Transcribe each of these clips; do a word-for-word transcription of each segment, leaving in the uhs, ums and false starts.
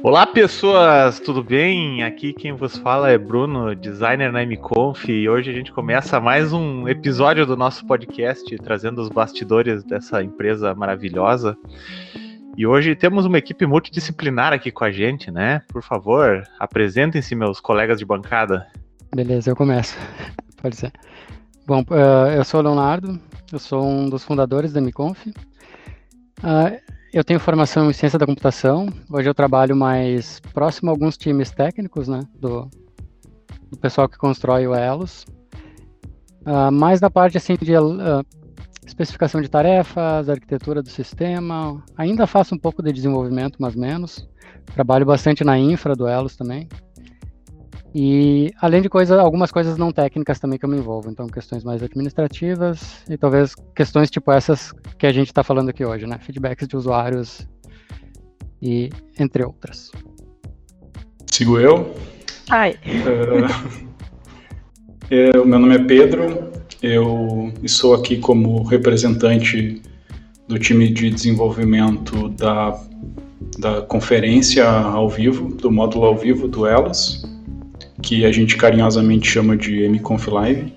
Olá pessoas, tudo bem? Aqui quem vos fala é Bruno, designer na MConf, e hoje a gente começa mais um episódio do nosso podcast, trazendo os bastidores dessa empresa maravilhosa. E hoje temos uma equipe multidisciplinar aqui com a gente, né? Por favor, apresentem-se, meus colegas de bancada. Beleza, eu começo. Pode ser. Bom, uh, eu sou o Leonardo, eu sou um dos fundadores da MConf. Uh, eu tenho formação em ciência da computação. Hoje eu trabalho mais próximo a alguns times técnicos, né, do, do pessoal que constrói o Elos. Uh, mais na parte assim, de uh, especificação de tarefas, arquitetura do sistema. Ainda faço um pouco de desenvolvimento, mas menos. Trabalho bastante na infra do Elos também. E, além de coisa, algumas coisas não técnicas também que eu me envolvo. Então, questões mais administrativas e talvez questões tipo essas que a gente está falando aqui hoje, né? Feedbacks de usuários e entre outras. Sigo eu. Ai. Uh, eu, meu nome é Pedro. Eu estou aqui como representante do time de desenvolvimento da, da conferência ao vivo, do módulo ao vivo do Elos, que a gente carinhosamente chama de MConf Live.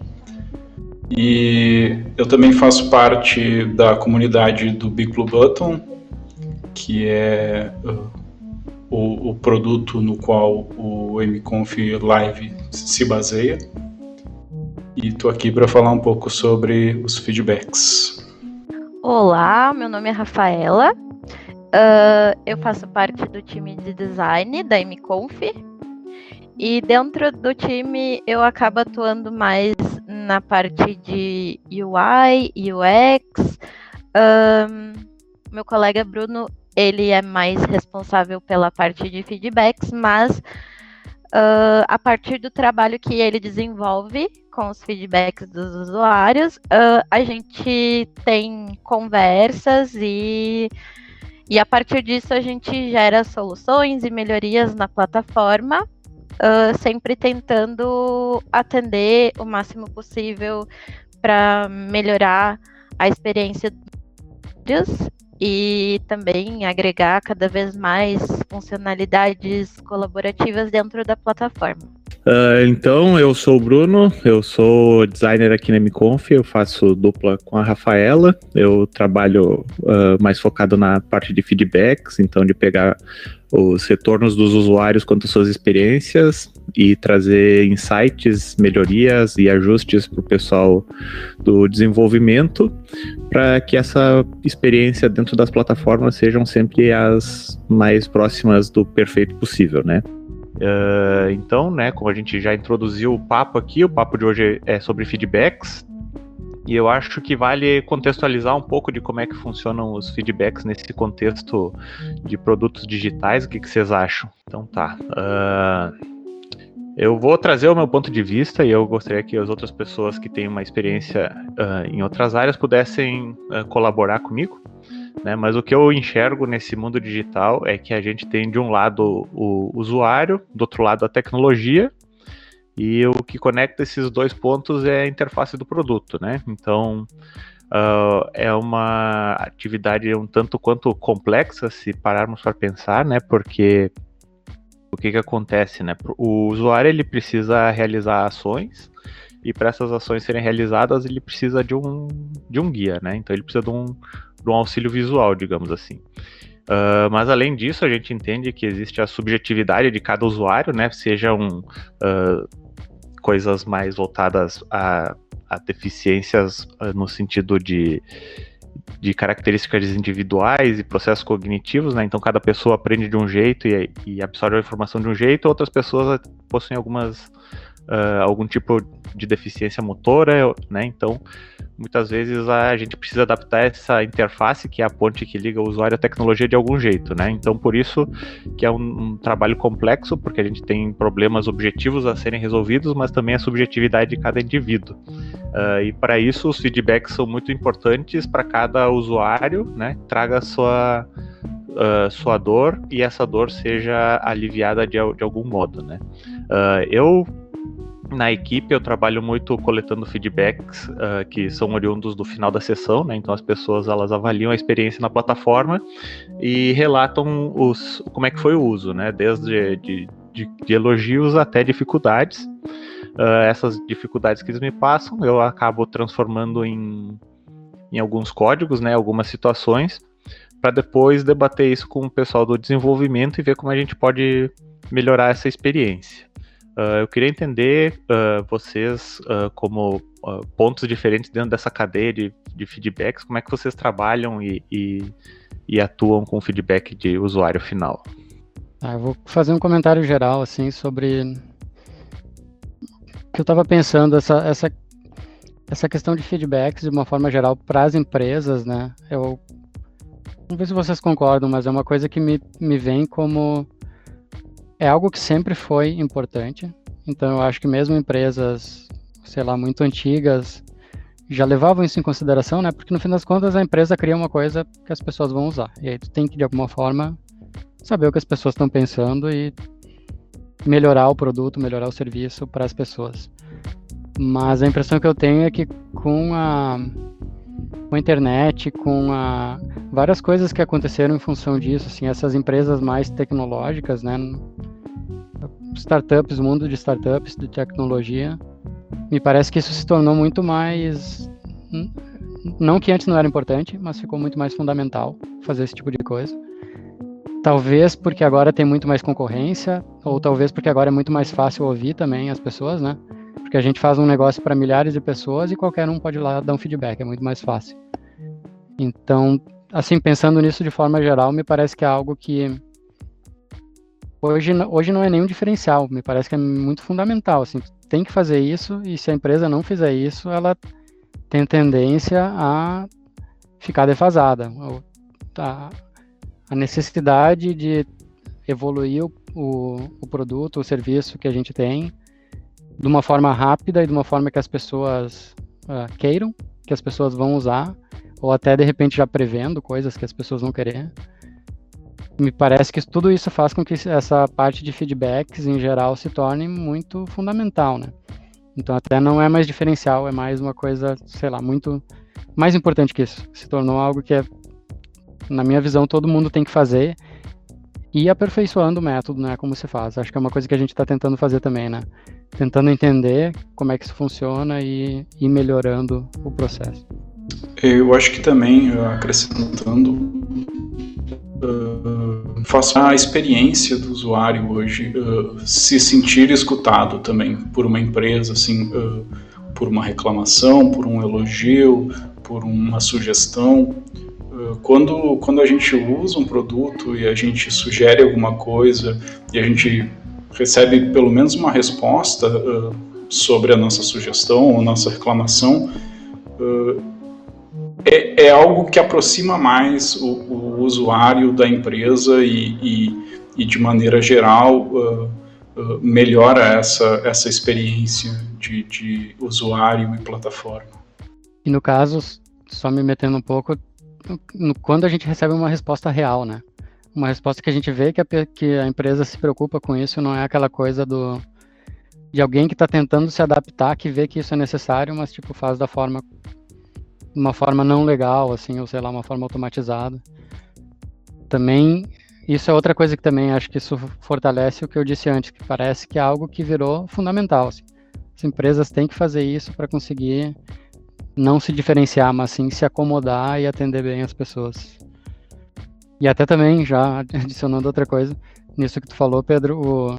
E eu também faço parte da comunidade do Big Blue Button, que é uh, o, o produto no qual o MConf Live se baseia. E estou aqui para falar um pouco sobre os feedbacks. Olá, meu nome é Rafaela. Uh, eu faço parte do time de design da MConf. E dentro do time eu acabo atuando mais na parte de U I, U X. Um, meu colega Bruno, ele é mais responsável pela parte de feedbacks, mas uh, a partir do trabalho que ele desenvolve com os feedbacks dos usuários, uh, a gente tem conversas e, e a partir disso a gente gera soluções e melhorias na plataforma. Uh, sempre tentando atender o máximo possível para melhorar a experiência dos usuários e também agregar cada vez mais funcionalidades colaborativas dentro da plataforma. Uh, então, eu sou o Bruno, eu sou designer aqui na MConf, eu faço dupla com a Rafaela, eu trabalho uh, mais focado na parte de feedbacks, então de pegar os retornos dos usuários quanto às suas experiências e trazer insights, melhorias e ajustes para o pessoal do desenvolvimento para que essa experiência dentro das plataformas sejam sempre as mais próximas do perfeito possível, né? Uh, então, né, como a gente já introduziu o papo aqui, o papo de hoje é sobre feedbacks. E eu acho que vale contextualizar um pouco de como é que funcionam os feedbacks nesse contexto de produtos digitais. O que, que vocês acham? Então tá. Uh, eu vou trazer o meu ponto de vista e eu gostaria que as outras pessoas que têm uma experiência uh, em outras áreas pudessem uh, colaborar comigo. Né? Mas o que eu enxergo nesse mundo digital é que a gente tem de um lado o usuário, do outro lado a tecnologia. E o que conecta esses dois pontos é a interface do produto, né? Então, uh, é uma atividade um tanto quanto complexa, se pararmos para pensar, né? Porque o que que acontece, né? O usuário, ele precisa realizar ações, e para essas ações serem realizadas, ele precisa de um, de um guia, né? Então, ele precisa de um, de um auxílio visual, digamos assim. Uh, mas além disso, a gente entende que existe a subjetividade de cada usuário, né? Sejam uh, coisas mais voltadas a, a deficiências uh, no sentido de, de características individuais e processos cognitivos, né? Então cada pessoa aprende de um jeito e, e absorve a informação de um jeito, outras pessoas possuem algumas, uh, algum tipo de deficiência motora, né? Então muitas vezes a gente precisa adaptar essa interface, que é a ponte que liga o usuário à tecnologia de algum jeito, né? Então, por isso que é um, um trabalho complexo, porque a gente tem problemas objetivos a serem resolvidos, mas também a subjetividade de cada indivíduo. Uh, e para isso, os feedbacks são muito importantes para cada usuário, né? Traga a sua, uh, sua dor e essa dor seja aliviada de, de algum modo, né? Uh, eu Na equipe eu trabalho muito coletando feedbacks uh, que são oriundos do final da sessão, né? Então as pessoas elas avaliam a experiência na plataforma e relatam os, como é que foi o uso, né? Desde de, de, de elogios até dificuldades. Uh, essas dificuldades que eles me passam eu acabo transformando em, em alguns códigos, né? Algumas situações, para depois debater isso com o pessoal do desenvolvimento e ver como a gente pode melhorar essa experiência. Uh, eu queria entender uh, vocês uh, como uh, pontos diferentes dentro dessa cadeia de, de feedbacks, como é que vocês trabalham e, e, e atuam com feedback de usuário final. Ah, eu vou fazer um comentário geral assim sobre o que eu estava pensando, essa, essa, essa questão de feedbacks de uma forma geral para as empresas, né? Eu não sei se vocês concordam, mas é uma coisa que me, me vem como... É algo que sempre foi importante, então eu acho que mesmo empresas, sei lá, muito antigas, já levavam isso em consideração, né? Porque no fim das contas a empresa cria uma coisa que as pessoas vão usar, e aí tu tem que de alguma forma saber o que as pessoas estão pensando e melhorar o produto, melhorar o serviço para as pessoas. Mas a impressão que eu tenho é que com a, com a internet, com a, várias coisas que aconteceram em função disso, assim, essas empresas mais tecnológicas, né? Startups, o mundo de startups, de tecnologia, me parece que isso se tornou muito mais, não que antes não era importante, mas ficou muito mais fundamental fazer esse tipo de coisa. Talvez porque agora tem muito mais concorrência, ou talvez porque agora é muito mais fácil ouvir também as pessoas, né? Porque a gente faz um negócio para milhares de pessoas e qualquer um pode ir lá dar um feedback, é muito mais fácil. Então, assim, pensando nisso de forma geral, me parece que é algo que Hoje, hoje não é nenhum diferencial, me parece que é muito fundamental, assim, tem que fazer isso, e se a empresa não fizer isso, ela tem tendência a ficar defasada. A, a necessidade de evoluir o, o, o produto, o serviço que a gente tem, de uma forma rápida e de uma forma que as pessoas uh, queiram, que as pessoas vão usar, ou até de repente já prevendo coisas que as pessoas vão querer. Me parece que tudo isso faz com que essa parte de feedbacks, em geral, se torne muito fundamental, né? Então, até não é mais diferencial, é mais uma coisa, sei lá, muito mais importante que isso. Se tornou algo que, é, na minha visão, todo mundo tem que fazer e ir aperfeiçoando o método, né? Como se faz. Acho que é uma coisa que a gente está tentando fazer também, né? Tentando entender como é que isso funciona e ir melhorando o processo. Eu acho que também, acrescentando... Uh, faço a experiência do usuário hoje uh, se sentir escutado também por uma empresa, assim, uh, por uma reclamação, por um elogio, por uma sugestão. Uh, quando, quando a gente usa um produto e a gente sugere alguma coisa e a gente recebe pelo menos uma resposta uh, sobre a nossa sugestão ou nossa reclamação, uh, É, é algo que aproxima mais o, o usuário da empresa e, e, e de maneira geral, uh, uh, melhora essa, essa experiência de, de usuário e plataforma. E no caso, só me metendo um pouco, no, quando a gente recebe uma resposta real, né? Uma resposta que a gente vê que a, que a empresa se preocupa com isso, não é aquela coisa do, de alguém que está tentando se adaptar, que vê que isso é necessário, mas tipo faz da forma... uma forma não legal, assim, ou sei lá, uma forma automatizada. Também, isso é outra coisa que também acho que isso fortalece o que eu disse antes, que parece que é algo que virou fundamental, assim. As empresas têm que fazer isso para conseguir não se diferenciar, mas sim se acomodar e atender bem as pessoas. E até também, já adicionando outra coisa, nisso que tu falou, Pedro, o...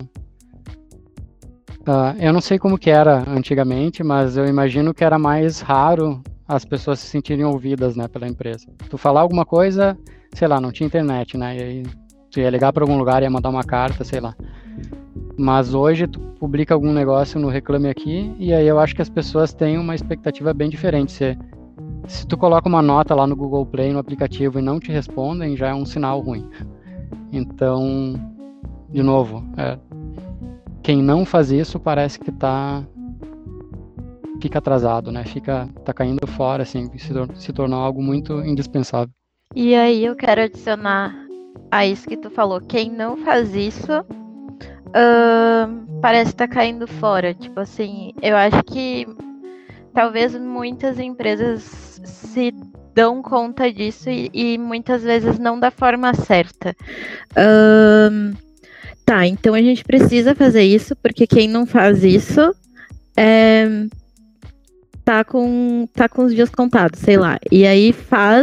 uh, eu não sei como que era antigamente, mas eu imagino que era mais raro as pessoas se sentirem ouvidas, né, pela empresa. Tu falar alguma coisa, sei lá, não tinha internet, né, e aí tu ia ligar para algum lugar, ia mandar uma carta, sei lá. Mas hoje tu publica algum negócio no Reclame Aqui, e aí eu acho que as pessoas têm uma expectativa bem diferente. Se, se tu coloca uma nota lá no Google Play, no aplicativo, e não te respondem, já é um sinal ruim. Então, de novo, é, quem não faz isso parece que tá... fica atrasado, né? Fica, tá caindo fora, assim, se, se tornou algo muito indispensável. E aí eu quero adicionar a isso que tu falou, quem não faz isso, uh, parece estar tá caindo fora. Tipo assim, eu acho que talvez muitas empresas se dão conta disso e, e muitas vezes não da forma certa. Uh, tá, então a gente precisa fazer isso, porque quem não faz isso é, tá, com, tá com os dias contados, sei lá. E aí faz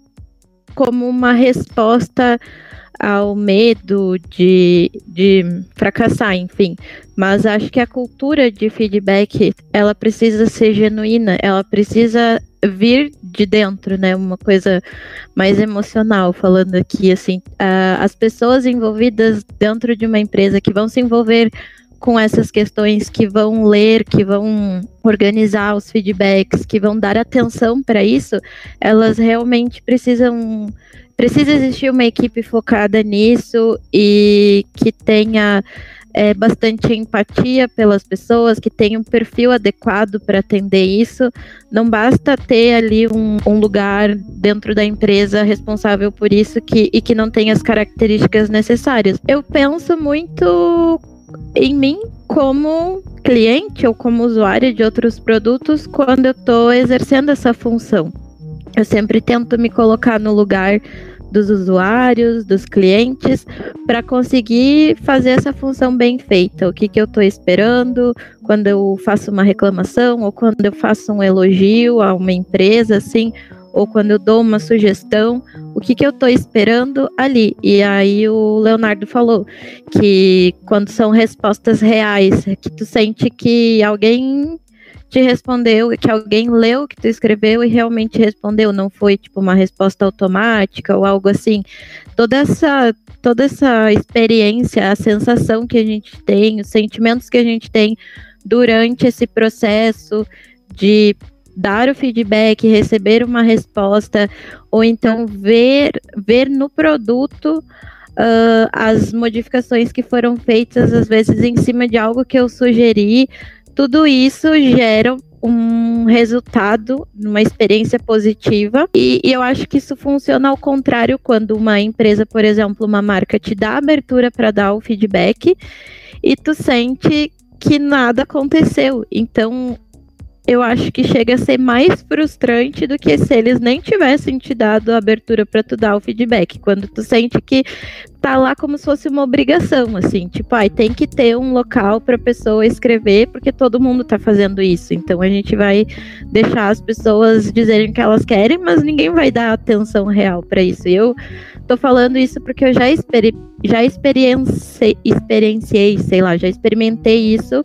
como uma resposta ao medo de, de fracassar, enfim. Mas acho que a cultura de feedback, ela precisa ser genuína, ela precisa vir de dentro, né? Uma coisa mais emocional, falando aqui, assim. Uh, as pessoas envolvidas dentro de uma empresa que vão se envolver com essas questões, que vão ler, que vão organizar os feedbacks, que vão dar atenção para isso, elas realmente precisam... Precisa existir uma equipe focada nisso e que tenha é, bastante empatia pelas pessoas, que tenha um perfil adequado para atender isso. Não basta ter ali um, um lugar dentro da empresa responsável por isso que, e que não tenha as características necessárias. Eu penso muito em mim como cliente ou como usuária de outros produtos quando eu estou exercendo essa função. Eu sempre tento me colocar no lugar dos usuários, dos clientes, para conseguir fazer essa função bem feita. O que, que eu estou esperando quando eu faço uma reclamação, ou quando eu faço um elogio a uma empresa, assim, ou quando eu dou uma sugestão, o que, que eu estou esperando ali. E aí o Leonardo falou que quando são respostas reais, que tu sente que alguém te respondeu, que alguém leu o que tu escreveu e realmente respondeu, não foi tipo uma resposta automática ou algo assim. Toda essa, toda essa experiência, a sensação que a gente tem, os sentimentos que a gente tem durante esse processo de dar o feedback, receber uma resposta, ou então ver, ver no produto uh, as modificações que foram feitas, às vezes em cima de algo que eu sugeri. Tudo isso gera um resultado, uma experiência positiva, e, e eu acho que isso funciona ao contrário quando uma empresa, por exemplo, uma marca te dá abertura para dar o feedback e tu sente que nada aconteceu. Então, eu acho que chega a ser mais frustrante do que se eles nem tivessem te dado a abertura para tu dar o feedback, quando tu sente que tá lá como se fosse uma obrigação, assim, tipo, ai, tem que ter um local para a pessoa escrever, porque todo mundo tá fazendo isso, então a gente vai deixar as pessoas dizerem o que elas querem, mas ninguém vai dar atenção real para isso. E eu tô falando isso porque eu já, experi já experienciei, experienciei, sei lá, já experimentei isso,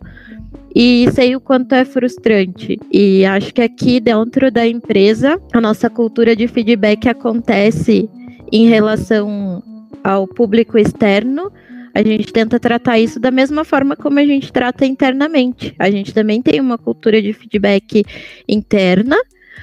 e sei o quanto é frustrante. E acho que aqui dentro da empresa, a nossa cultura de feedback acontece em relação ao público externo. A gente tenta tratar isso da mesma forma como a gente trata internamente. A gente também tem uma cultura de feedback interna,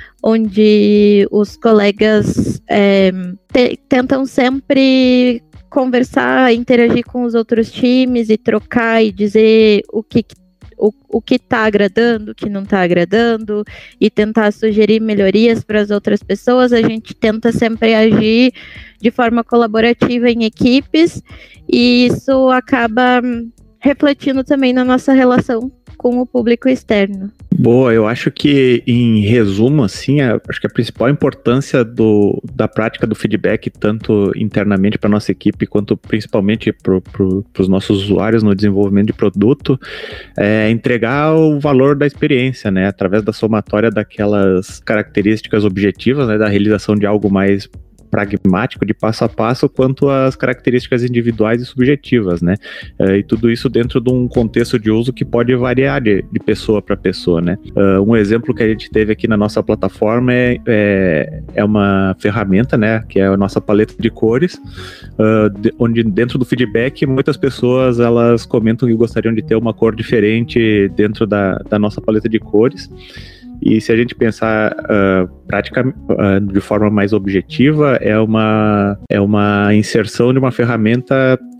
onde os colegas é, te, tentam sempre conversar, interagir com os outros times e trocar e dizer o que O, o que está agradando, o que não está agradando, e tentar sugerir melhorias para as outras pessoas. A gente tenta sempre agir de forma colaborativa em equipes, e isso acaba refletindo também na nossa relação com o público externo. Boa, eu acho que, em resumo, assim, a, acho que a principal importância do, da prática do feedback, tanto internamente para a nossa equipe, quanto principalmente para pro, os nossos usuários no desenvolvimento de produto, é entregar o valor da experiência, né, através da somatória daquelas características objetivas, né, da realização de algo mais pragmático, de passo a passo, quanto às características individuais e subjetivas, né? Uh, e tudo isso dentro de um contexto de uso que pode variar de, de pessoa para pessoa, né? Uh, um exemplo que a gente teve aqui na nossa plataforma é, é, é uma ferramenta, né? Que é a nossa paleta de cores, uh, de, onde dentro do feedback muitas pessoas elas comentam que gostariam de ter uma cor diferente dentro da, da nossa paleta de cores. E se a gente pensar uh, prática, uh, de forma mais objetiva, é uma, é uma inserção de uma ferramenta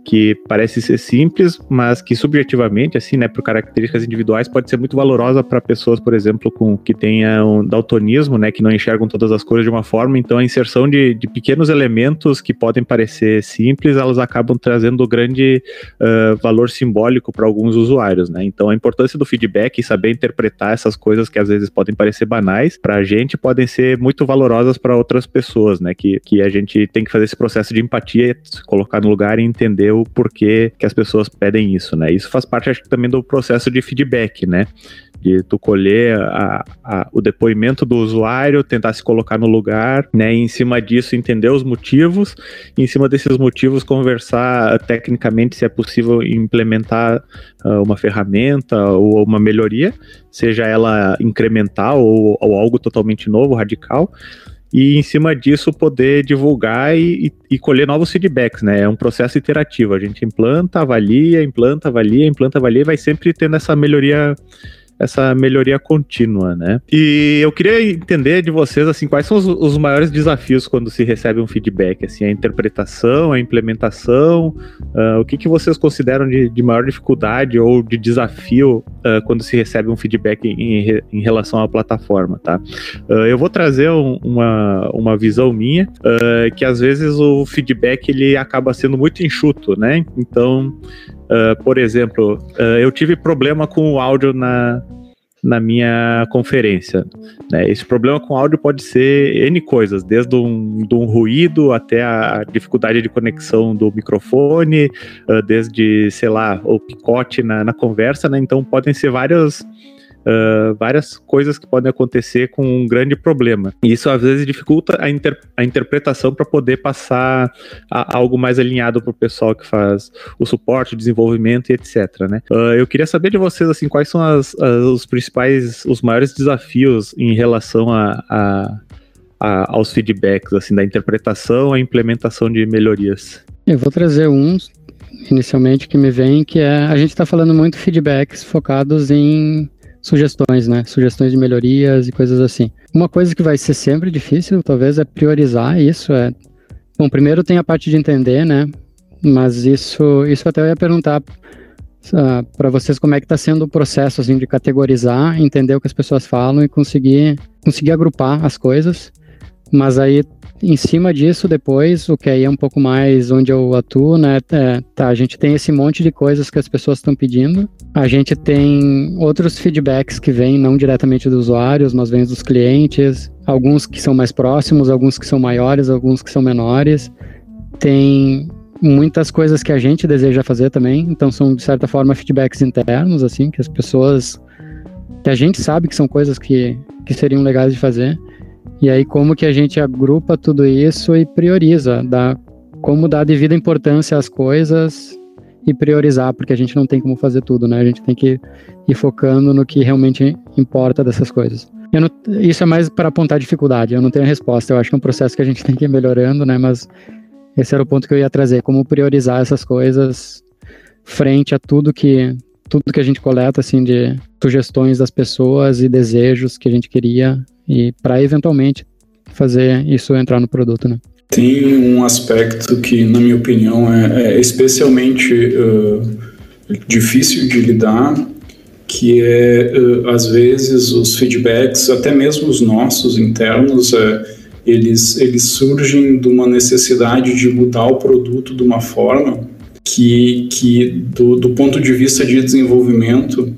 que parece ser simples, mas que subjetivamente, assim, né, por características individuais, pode ser muito valorosa para pessoas, por exemplo, com que tenham daltonismo, né, que não enxergam todas as cores de uma forma. Então a inserção de, de pequenos elementos que podem parecer simples, elas acabam trazendo grande uh, valor simbólico para alguns usuários, né? Então a importância do feedback e saber interpretar essas coisas que às vezes podem parecer banais para a gente, podem ser muito valorosas para outras pessoas, né? Que, que a gente tem que fazer esse processo de empatia, se colocar no lugar e entender o porquê que as pessoas pedem isso, né? Isso faz parte, acho que, também do processo de feedback, né? De tu colher a, a, o depoimento do usuário, tentar se colocar no lugar, né, e em cima disso entender os motivos, e em cima desses motivos conversar uh, tecnicamente se é possível implementar uh, uma ferramenta ou uma melhoria, seja ela incremental ou, ou algo totalmente novo, radical, e em cima disso poder divulgar e, e, e colher novos feedbacks, né? É um processo iterativo, a gente implanta, avalia, implanta, avalia, implanta, avalia, e vai sempre tendo essa melhoria essa melhoria contínua, né? E eu queria entender de vocês, assim, quais são os, os maiores desafios quando se recebe um feedback, assim, a interpretação, a implementação, uh, o que, que vocês consideram de, de maior dificuldade ou de desafio uh, quando se recebe um feedback em, em relação à plataforma, tá? Uh, eu vou trazer um, uma, uma visão minha, uh, que às vezes o feedback, ele acaba sendo muito enxuto, né? Então, Uh, por exemplo, uh, eu tive problema com o áudio na, na minha conferência, né? Esse problema com o áudio pode ser N coisas, desde um, de um ruído até a dificuldade de conexão do microfone, uh, desde, sei lá, o picote na, na conversa, né? Então podem ser várias... Uh, várias coisas que podem acontecer com um grande problema. E isso às vezes dificulta a, inter- a interpretação para poder passar a, a algo mais alinhado para o pessoal que faz o suporte, o desenvolvimento e etcétera, né? Uh, eu queria saber de vocês, assim, quais são as, as, os principais, os maiores desafios em relação a, a, a, aos feedbacks, assim, da interpretação à implementação de melhorias. Eu vou trazer uns, inicialmente, que me vem, que é, a gente está falando muito feedbacks focados em sugestões, né? Sugestões de melhorias e coisas assim. Uma coisa que vai ser sempre difícil, talvez, é priorizar isso. É... Bom, primeiro tem a parte de entender, né? Mas isso, isso até eu ia perguntar uh, para vocês como é que está sendo o processo, assim, de categorizar, entender o que as pessoas falam e conseguir, conseguir agrupar as coisas. Mas aí, em cima disso, depois, o que aí é um pouco mais onde eu atuo, né? É, tá, a gente tem esse monte de coisas que as pessoas estão pedindo. A gente tem outros feedbacks que vêm não diretamente dos usuários, mas vêm dos clientes. Alguns que são mais próximos, alguns que são maiores, alguns que são menores. Tem muitas coisas que a gente deseja fazer também. Então, são, de certa forma, feedbacks internos, assim, que as pessoas... que a gente sabe que são coisas que, que seriam legais de fazer. E aí, como que a gente agrupa tudo isso e prioriza, dá, como dar devida importância às coisas e priorizar, porque a gente não tem como fazer tudo, né? A gente tem que ir focando no que realmente importa dessas coisas. Eu não, isso é mais para apontar dificuldade, eu não tenho resposta, eu acho que é um processo que a gente tem que ir melhorando, né? Mas esse era o ponto que eu ia trazer, como priorizar essas coisas frente a tudo que, tudo que a gente coleta, assim, de sugestões das pessoas e desejos que a gente queria, e para eventualmente fazer isso entrar no produto, né? Tem um aspecto que, na minha opinião, é, é especialmente uh, difícil de lidar, que é, uh, às vezes, os feedbacks, até mesmo os nossos internos, uh, eles, eles surgem de uma necessidade de mudar o produto de uma forma que, que do, do ponto de vista de desenvolvimento,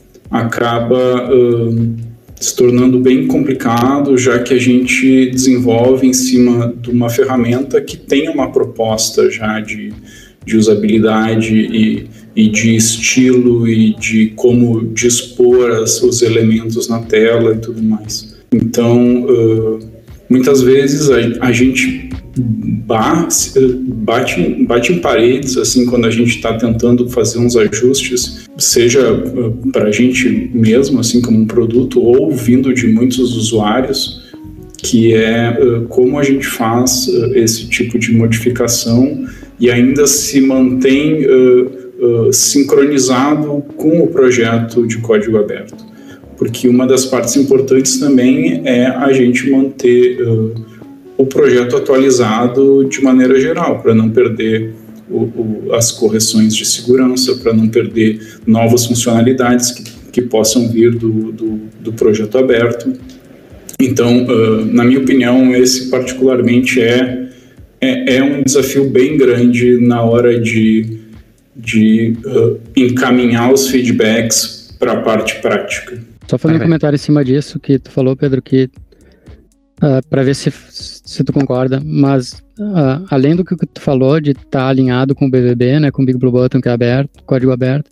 acaba... Uh, se tornando bem complicado, já que a gente desenvolve em cima de uma ferramenta que tem uma proposta já de, de usabilidade e, e de estilo e de como dispor as, os elementos na tela e tudo mais. Então, uh, muitas vezes a, a gente bate, bate, bate em paredes, assim, quando a gente está tentando fazer uns ajustes, seja uh, para a gente mesmo, assim, como um produto, ou vindo de muitos usuários, que é uh, como a gente faz uh, esse tipo de modificação e ainda se mantém uh, uh, sincronizado com o projeto de código aberto. Porque uma das partes importantes também é a gente manter uh, o projeto atualizado de maneira geral, para não perder o, o, as correções de segurança, para não perder novas funcionalidades que, que possam vir do, do, do projeto aberto. Então, uh, na minha opinião, esse particularmente é, é, é um desafio bem grande na hora de, de uh, encaminhar os feedbacks para a parte prática. Só fazendo um comentário em cima disso que tu falou, Pedro, que uh, para ver se, se tu concorda, mas uh, além do que tu falou de estar tá alinhado com o B V B, né, com o Big Blue Button, que é aberto, código aberto,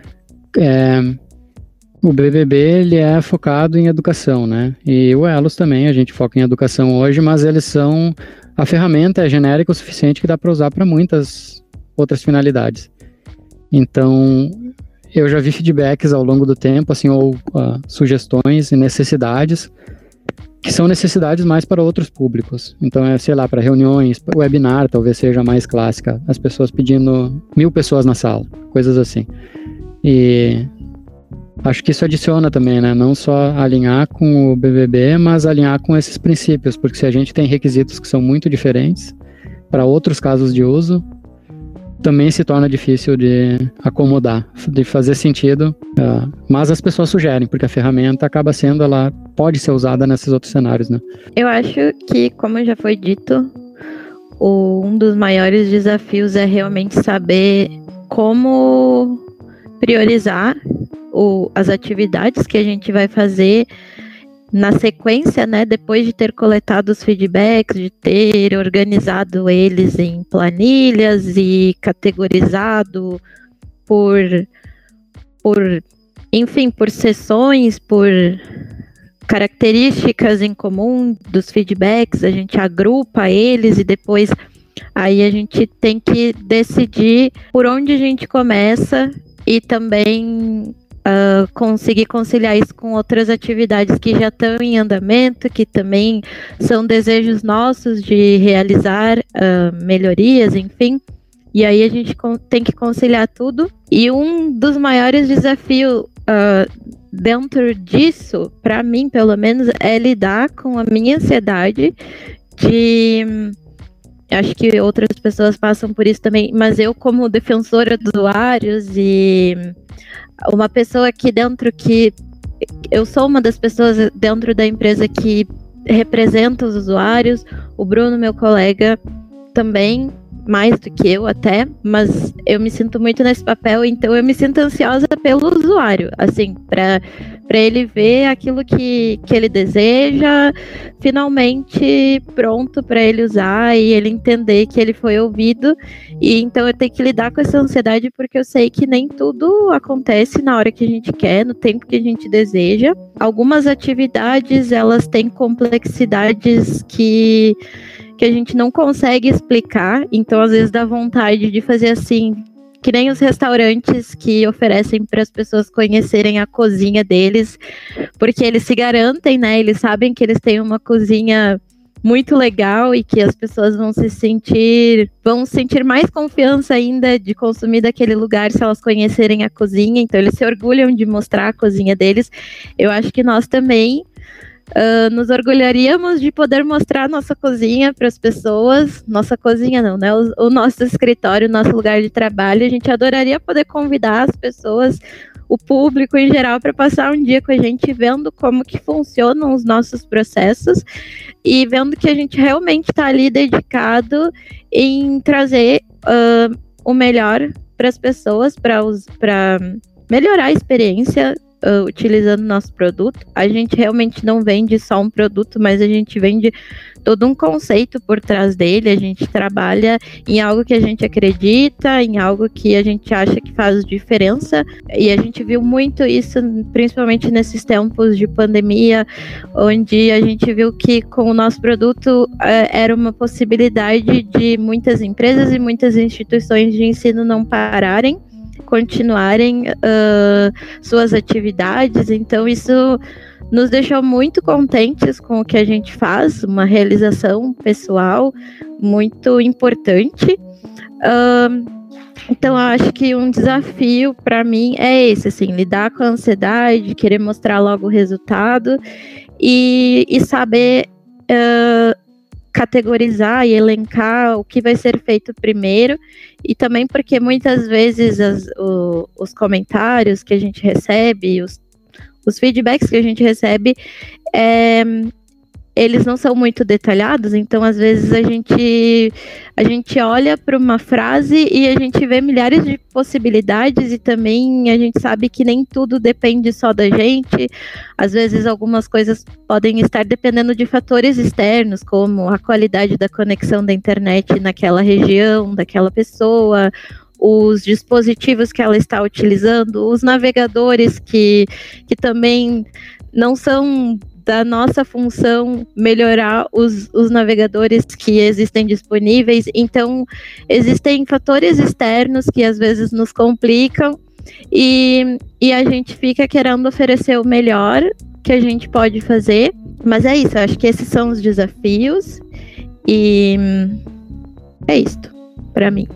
é, o B V B ele é focado em educação, né, e o Elos também, a gente foca em educação hoje, mas eles são, a ferramenta é genérica o suficiente que dá para usar para muitas outras finalidades. Então, eu já vi feedbacks ao longo do tempo, assim, ou uh, sugestões e necessidades, que são necessidades mais para outros públicos. Então, é, sei lá, para reuniões, webinar talvez seja mais clássica, as pessoas pedindo mil pessoas na sala, coisas assim. E acho que isso adiciona também, né? Não só alinhar com o B V B, mas alinhar com esses princípios, porque se a gente tem requisitos que são muito diferentes para outros casos de uso, também se torna difícil de acomodar, de fazer sentido, uh, mas as pessoas sugerem, porque a ferramenta acaba sendo, ela pode ser usada nesses outros cenários, né? Eu acho que, como já foi dito, o, um dos maiores desafios é realmente saber como priorizar o, as atividades que a gente vai fazer na sequência, né, depois de ter coletado os feedbacks, de ter organizado eles em planilhas e categorizado por, por, enfim, por sessões, por características em comum dos feedbacks, a gente agrupa eles e depois aí a gente tem que decidir por onde a gente começa e também Uh, conseguir conciliar isso com outras atividades que já estão em andamento, que também são desejos nossos de realizar uh, melhorias, enfim. E aí a gente tem que conciliar tudo. E um dos maiores desafios uh, dentro disso, para mim, pelo menos, é lidar com a minha ansiedade de... Acho que outras pessoas passam por isso também, mas eu, como defensora dos usuários e uma pessoa aqui dentro que... Eu sou uma das pessoas dentro da empresa que representa os usuários, o Bruno, meu colega, também, mais do que eu até, mas eu me sinto muito nesse papel, então eu me sinto ansiosa pelo usuário, assim, para para ele ver aquilo que, que ele deseja, finalmente pronto para ele usar e ele entender que ele foi ouvido. E então eu tenho que lidar com essa ansiedade porque eu sei que nem tudo acontece na hora que a gente quer, no tempo que a gente deseja. Algumas atividades, elas têm complexidades que, que a gente não consegue explicar, então às vezes dá vontade de fazer assim, que nem os restaurantes que oferecem para as pessoas conhecerem a cozinha deles, porque eles se garantem, né? Eles sabem que eles têm uma cozinha muito legal e que as pessoas vão se sentir, vão sentir mais confiança ainda de consumir daquele lugar se elas conhecerem a cozinha. Então eles se orgulham de mostrar a cozinha deles. Eu acho que nós também Uh, nos orgulharíamos de poder mostrar nossa cozinha para as pessoas, nossa cozinha não, né? O, o nosso escritório, o nosso lugar de trabalho. A gente adoraria poder convidar as pessoas, o público em geral, para passar um dia com a gente vendo como que funcionam os nossos processos e vendo que a gente realmente está ali dedicado em trazer uh, o melhor para as pessoas, para melhorar a experiência Uh, utilizando nosso produto. A gente realmente não vende só um produto, mas a gente vende todo um conceito por trás dele. A gente trabalha em algo que a gente acredita, em algo que a gente acha que faz diferença, e a gente viu muito isso, principalmente nesses tempos de pandemia, onde a gente viu que com o nosso produto uh, era uma possibilidade de muitas empresas e muitas instituições de ensino não pararem, continuarem uh, suas atividades. Então isso nos deixou muito contentes com o que a gente faz, uma realização pessoal muito importante. Uh, então eu acho que um desafio para mim é esse, assim, lidar com a ansiedade, querer mostrar logo o resultado e, e saber uh, categorizar e elencar o que vai ser feito primeiro, e também porque muitas vezes as, o, os comentários que a gente recebe, os, os feedbacks que a gente recebe, é, eles não são muito detalhados, então às vezes a gente, a gente olha para uma frase e a gente vê milhares de possibilidades, e também a gente sabe que nem tudo depende só da gente. Às vezes algumas coisas podem estar dependendo de fatores externos, como a qualidade da conexão da internet naquela região, daquela pessoa, os dispositivos que ela está utilizando, os navegadores que, que também não são da nossa função melhorar os, os navegadores que existem disponíveis. Então, existem fatores externos que às vezes nos complicam, e, e a gente fica querendo oferecer o melhor que a gente pode fazer. Mas é isso, eu acho que esses são os desafios, e é isto para mim.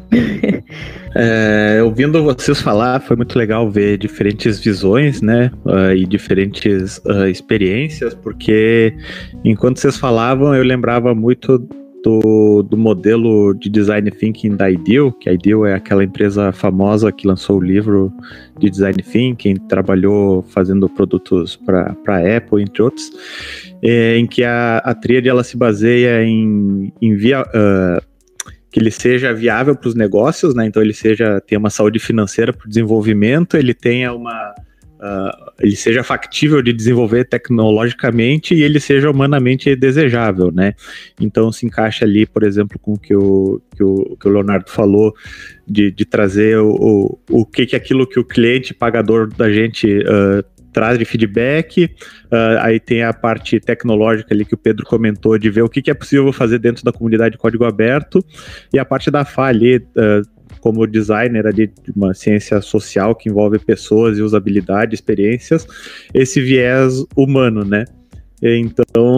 É, ouvindo vocês falar, foi muito legal ver diferentes visões, né, uh, e diferentes uh, experiências, porque enquanto vocês falavam, eu lembrava muito do, do modelo de Design Thinking da Ideal, que a Ideal é aquela empresa famosa que lançou o livro de Design Thinking, trabalhou fazendo produtos para a Apple, entre outros, é, em que a, a tríade ela se baseia em, em via... Uh, que ele seja viável para os negócios, né? Então ele seja, tenha uma saúde financeira para o desenvolvimento, ele tenha uma, uh, ele seja factível de desenvolver tecnologicamente e ele seja humanamente desejável, né? Então se encaixa ali, por exemplo, com o que o, que o, que o Leonardo falou, de, de trazer o, o, o que, que aquilo que o cliente pagador da gente uh, traz de feedback, uh, aí tem a parte tecnológica ali que o Pedro comentou, de ver o que, que é possível fazer dentro da comunidade de código aberto, e a parte da F A ali, uh, como designer ali, de uma ciência social que envolve pessoas e usabilidade, experiências, esse viés humano, né? Então,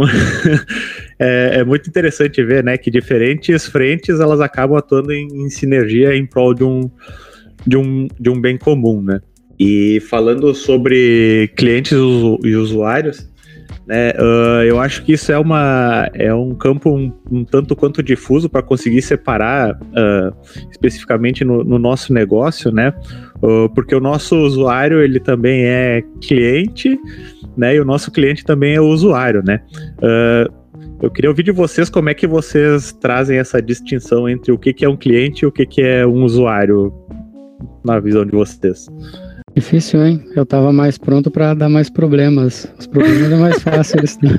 é, é muito interessante ver, né, que diferentes frentes, elas acabam atuando em, em sinergia em prol de um, de um, de um bem comum, né? E falando sobre clientes e usuários, né, uh, eu acho que isso é, uma, é um campo um, um tanto quanto difuso para conseguir separar uh, especificamente no, no nosso negócio, né, uh, porque o nosso usuário ele também é cliente, né, e o nosso cliente também é o usuário, né. Uh, eu queria ouvir de vocês como é que vocês trazem essa distinção entre o que, que é um cliente e o que, que é um usuário na visão de vocês. Difícil, hein? Eu tava mais pronto pra dar mais problemas. Os problemas é mais fáceis, né?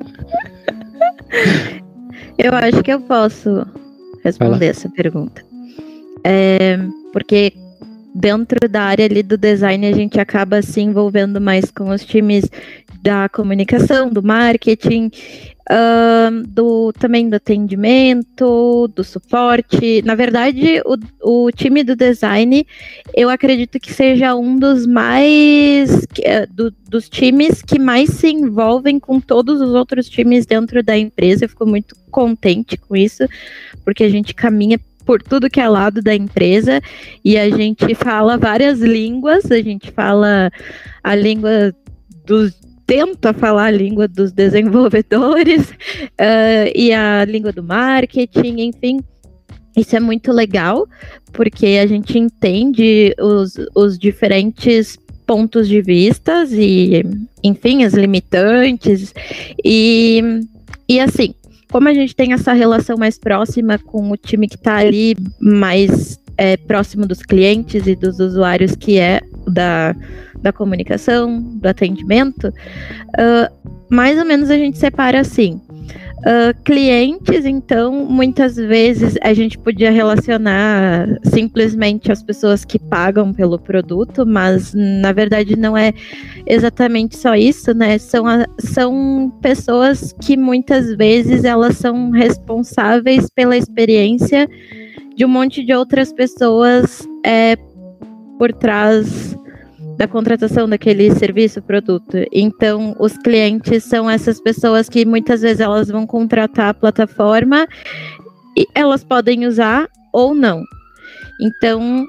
Eu acho que eu posso responder essa pergunta. É, porque dentro da área ali do design, a gente acaba se envolvendo mais com os times da comunicação, do marketing, uh, do, também do atendimento, do suporte. Na verdade, o, o time do design, eu acredito que seja um dos mais, do, dos times que mais se envolvem com todos os outros times dentro da empresa. Eu fico muito contente com isso, porque a gente caminha por tudo que é lado da empresa, e a gente fala várias línguas, a gente fala a língua dos, tenta falar a língua dos desenvolvedores, uh, e a língua do marketing, enfim, isso é muito legal, porque a gente entende os, os diferentes pontos de vista e, enfim, as limitantes, e, e assim, como a gente tem essa relação mais próxima com o time que está ali mais é, próximo dos clientes e dos usuários, que é da, da comunicação, do atendimento, uh, mais ou menos a gente separa assim. Uh, clientes, então, muitas vezes a gente podia relacionar simplesmente as pessoas que pagam pelo produto, mas na verdade não é exatamente só isso, né? São, a, são pessoas que muitas vezes elas são responsáveis pela experiência de um monte de outras pessoas é, por trás da contratação daquele serviço, produto. Então, os clientes são essas pessoas que muitas vezes elas vão contratar a plataforma e elas podem usar ou não. Então,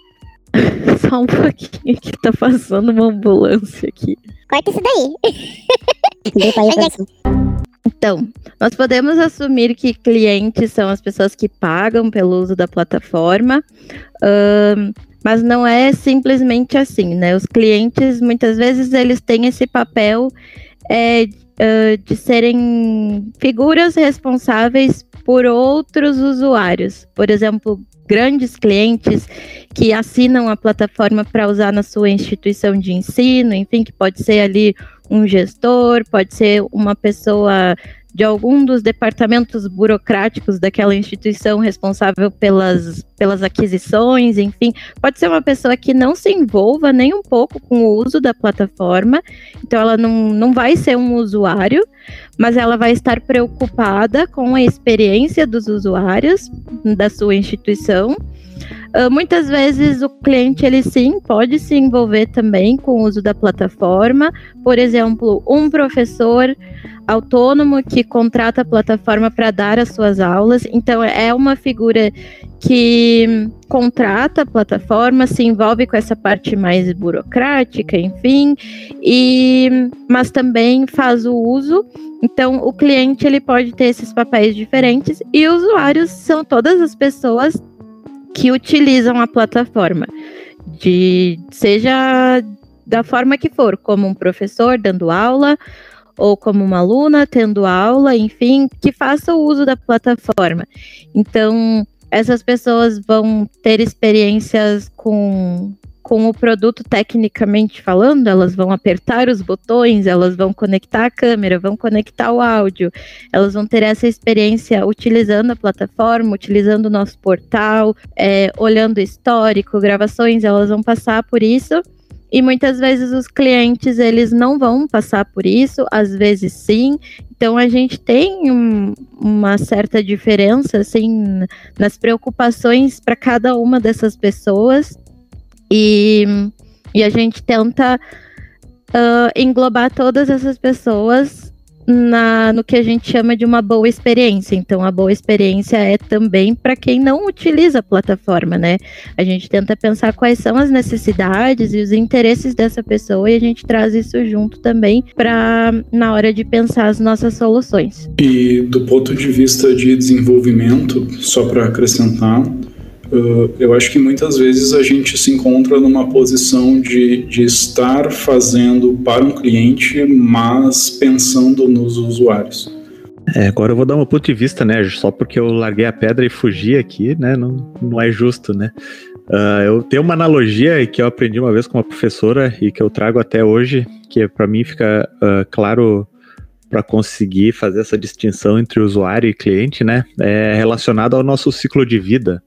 só um pouquinho que tá passando uma ambulância aqui. Corta isso daí. Então, nós podemos assumir que clientes são as pessoas que pagam pelo uso da plataforma, uh, mas não é simplesmente assim, né? Os clientes, muitas vezes, eles têm esse papel é, uh, de serem figuras responsáveis por outros usuários. Por exemplo, grandes clientes que assinam a plataforma para usar na sua instituição de ensino, enfim, que pode ser ali um gestor, pode ser uma pessoa de algum dos departamentos burocráticos daquela instituição responsável pelas, pelas aquisições, enfim, pode ser uma pessoa que não se envolva nem um pouco com o uso da plataforma, então ela não, não vai ser um usuário, mas ela vai estar preocupada com a experiência dos usuários da sua instituição. Uh, muitas vezes o cliente, ele sim, pode se envolver também com o uso da plataforma. Por exemplo, um professor autônomo que contrata a plataforma para dar as suas aulas. Então, é uma figura que contrata a plataforma, se envolve com essa parte mais burocrática, enfim, e, mas também faz o uso. Então, o cliente, ele pode ter esses papéis diferentes e usuários são todas as pessoas que utilizam a plataforma, de, seja da forma que for, como um professor dando aula, ou como uma aluna tendo aula, enfim, que faça o uso da plataforma. Então, essas pessoas vão ter experiências com, com o produto tecnicamente falando, elas vão apertar os botões, elas vão conectar a câmera, vão conectar o áudio, elas vão ter essa experiência utilizando a plataforma, utilizando o nosso portal, é, olhando o histórico, gravações, elas vão passar por isso. E muitas vezes os clientes, eles não vão passar por isso, às vezes sim. Então, a gente tem um, uma certa diferença, assim, nas preocupações para cada uma dessas pessoas. E, e a gente tenta uh, englobar todas essas pessoas na, no que a gente chama de uma boa experiência. Então, a boa experiência é também para quem não utiliza a plataforma, né? A gente tenta pensar quais são as necessidades e os interesses dessa pessoa e a gente traz isso junto também para na hora de pensar as nossas soluções. E do ponto de vista de desenvolvimento, só para acrescentar, Uh, eu acho que muitas vezes a gente se encontra numa posição de, de estar fazendo para um cliente, mas pensando nos usuários. É, agora eu vou dar um ponto de vista, né? Só porque eu larguei a pedra e fugi aqui, né? Não, não é justo, né? Uh, eu tenho uma analogia que eu aprendi uma vez com uma professora e que eu trago até hoje, que para mim fica uh, claro para conseguir fazer essa distinção entre usuário e cliente, né? É relacionado ao nosso ciclo de vida.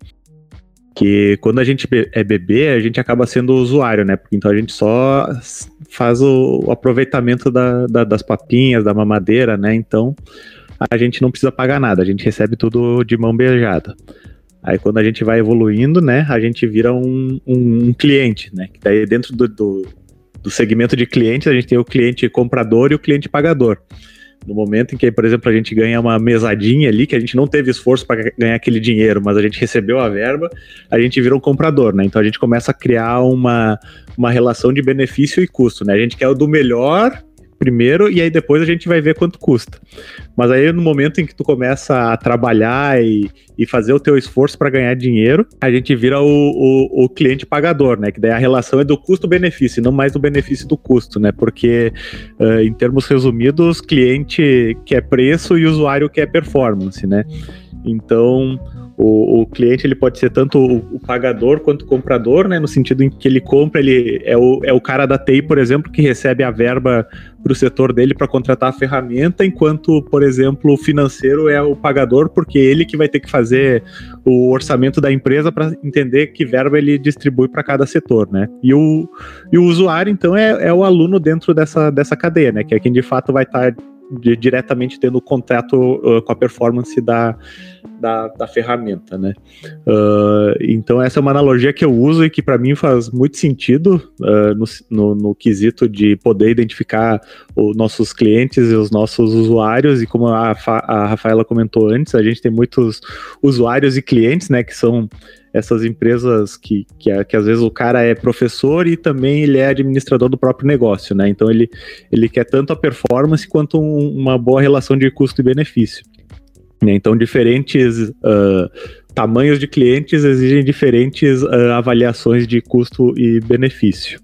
Que quando a gente é bebê, a gente acaba sendo usuário, né? Porque então a gente só faz o, o aproveitamento da, da, das papinhas, da mamadeira, né? Então a gente não precisa pagar nada, a gente recebe tudo de mão beijada. Aí quando a gente vai evoluindo, né? A gente vira um, um, um cliente, né? Que daí dentro do, do, do segmento de clientes, a gente tem o cliente comprador e o cliente pagador. No momento em que, por exemplo, a gente ganha uma mesadinha ali, que a gente não teve esforço para ganhar aquele dinheiro, mas a gente recebeu a verba, a gente vira um comprador, né? Então a gente começa a criar uma, uma relação de benefício e custo, né? A gente quer o do melhor primeiro e aí depois a gente vai ver quanto custa. Mas aí no momento em que tu começa a trabalhar e, e fazer o teu esforço para ganhar dinheiro, a gente vira o, o, o cliente pagador, né? Que daí a relação é do custo-benefício, não mais do benefício do custo, né? Porque uh, em termos resumidos, cliente quer preço e usuário quer performance, né? Então O, o cliente ele pode ser tanto o, o pagador quanto o comprador, né? No sentido em que ele compra, ele é o, é o cara da T I, por exemplo, que recebe a verba para o setor dele para contratar a ferramenta, enquanto, por exemplo, o financeiro é o pagador, porque ele que vai ter que fazer o orçamento da empresa para entender que verba ele distribui para cada setor, né? E o, e o usuário, então, é, é o aluno dentro dessa, dessa cadeia, né? Que é quem de fato vai estar de, diretamente tendo contato uh, com a performance da, da, da ferramenta, né? Uh, então essa é uma analogia que eu uso e que para mim faz muito sentido uh, no, no, no quesito de poder identificar os nossos clientes e os nossos usuários, e como a, a Rafaela comentou antes, a gente tem muitos usuários e clientes, né, que são essas empresas que, que, que às vezes o cara é professor e também ele é administrador do próprio negócio, né? Então ele, ele quer tanto a performance quanto um, uma boa relação de custo e benefício. Então diferentes uh, tamanhos de clientes exigem diferentes uh, avaliações de custo e benefício.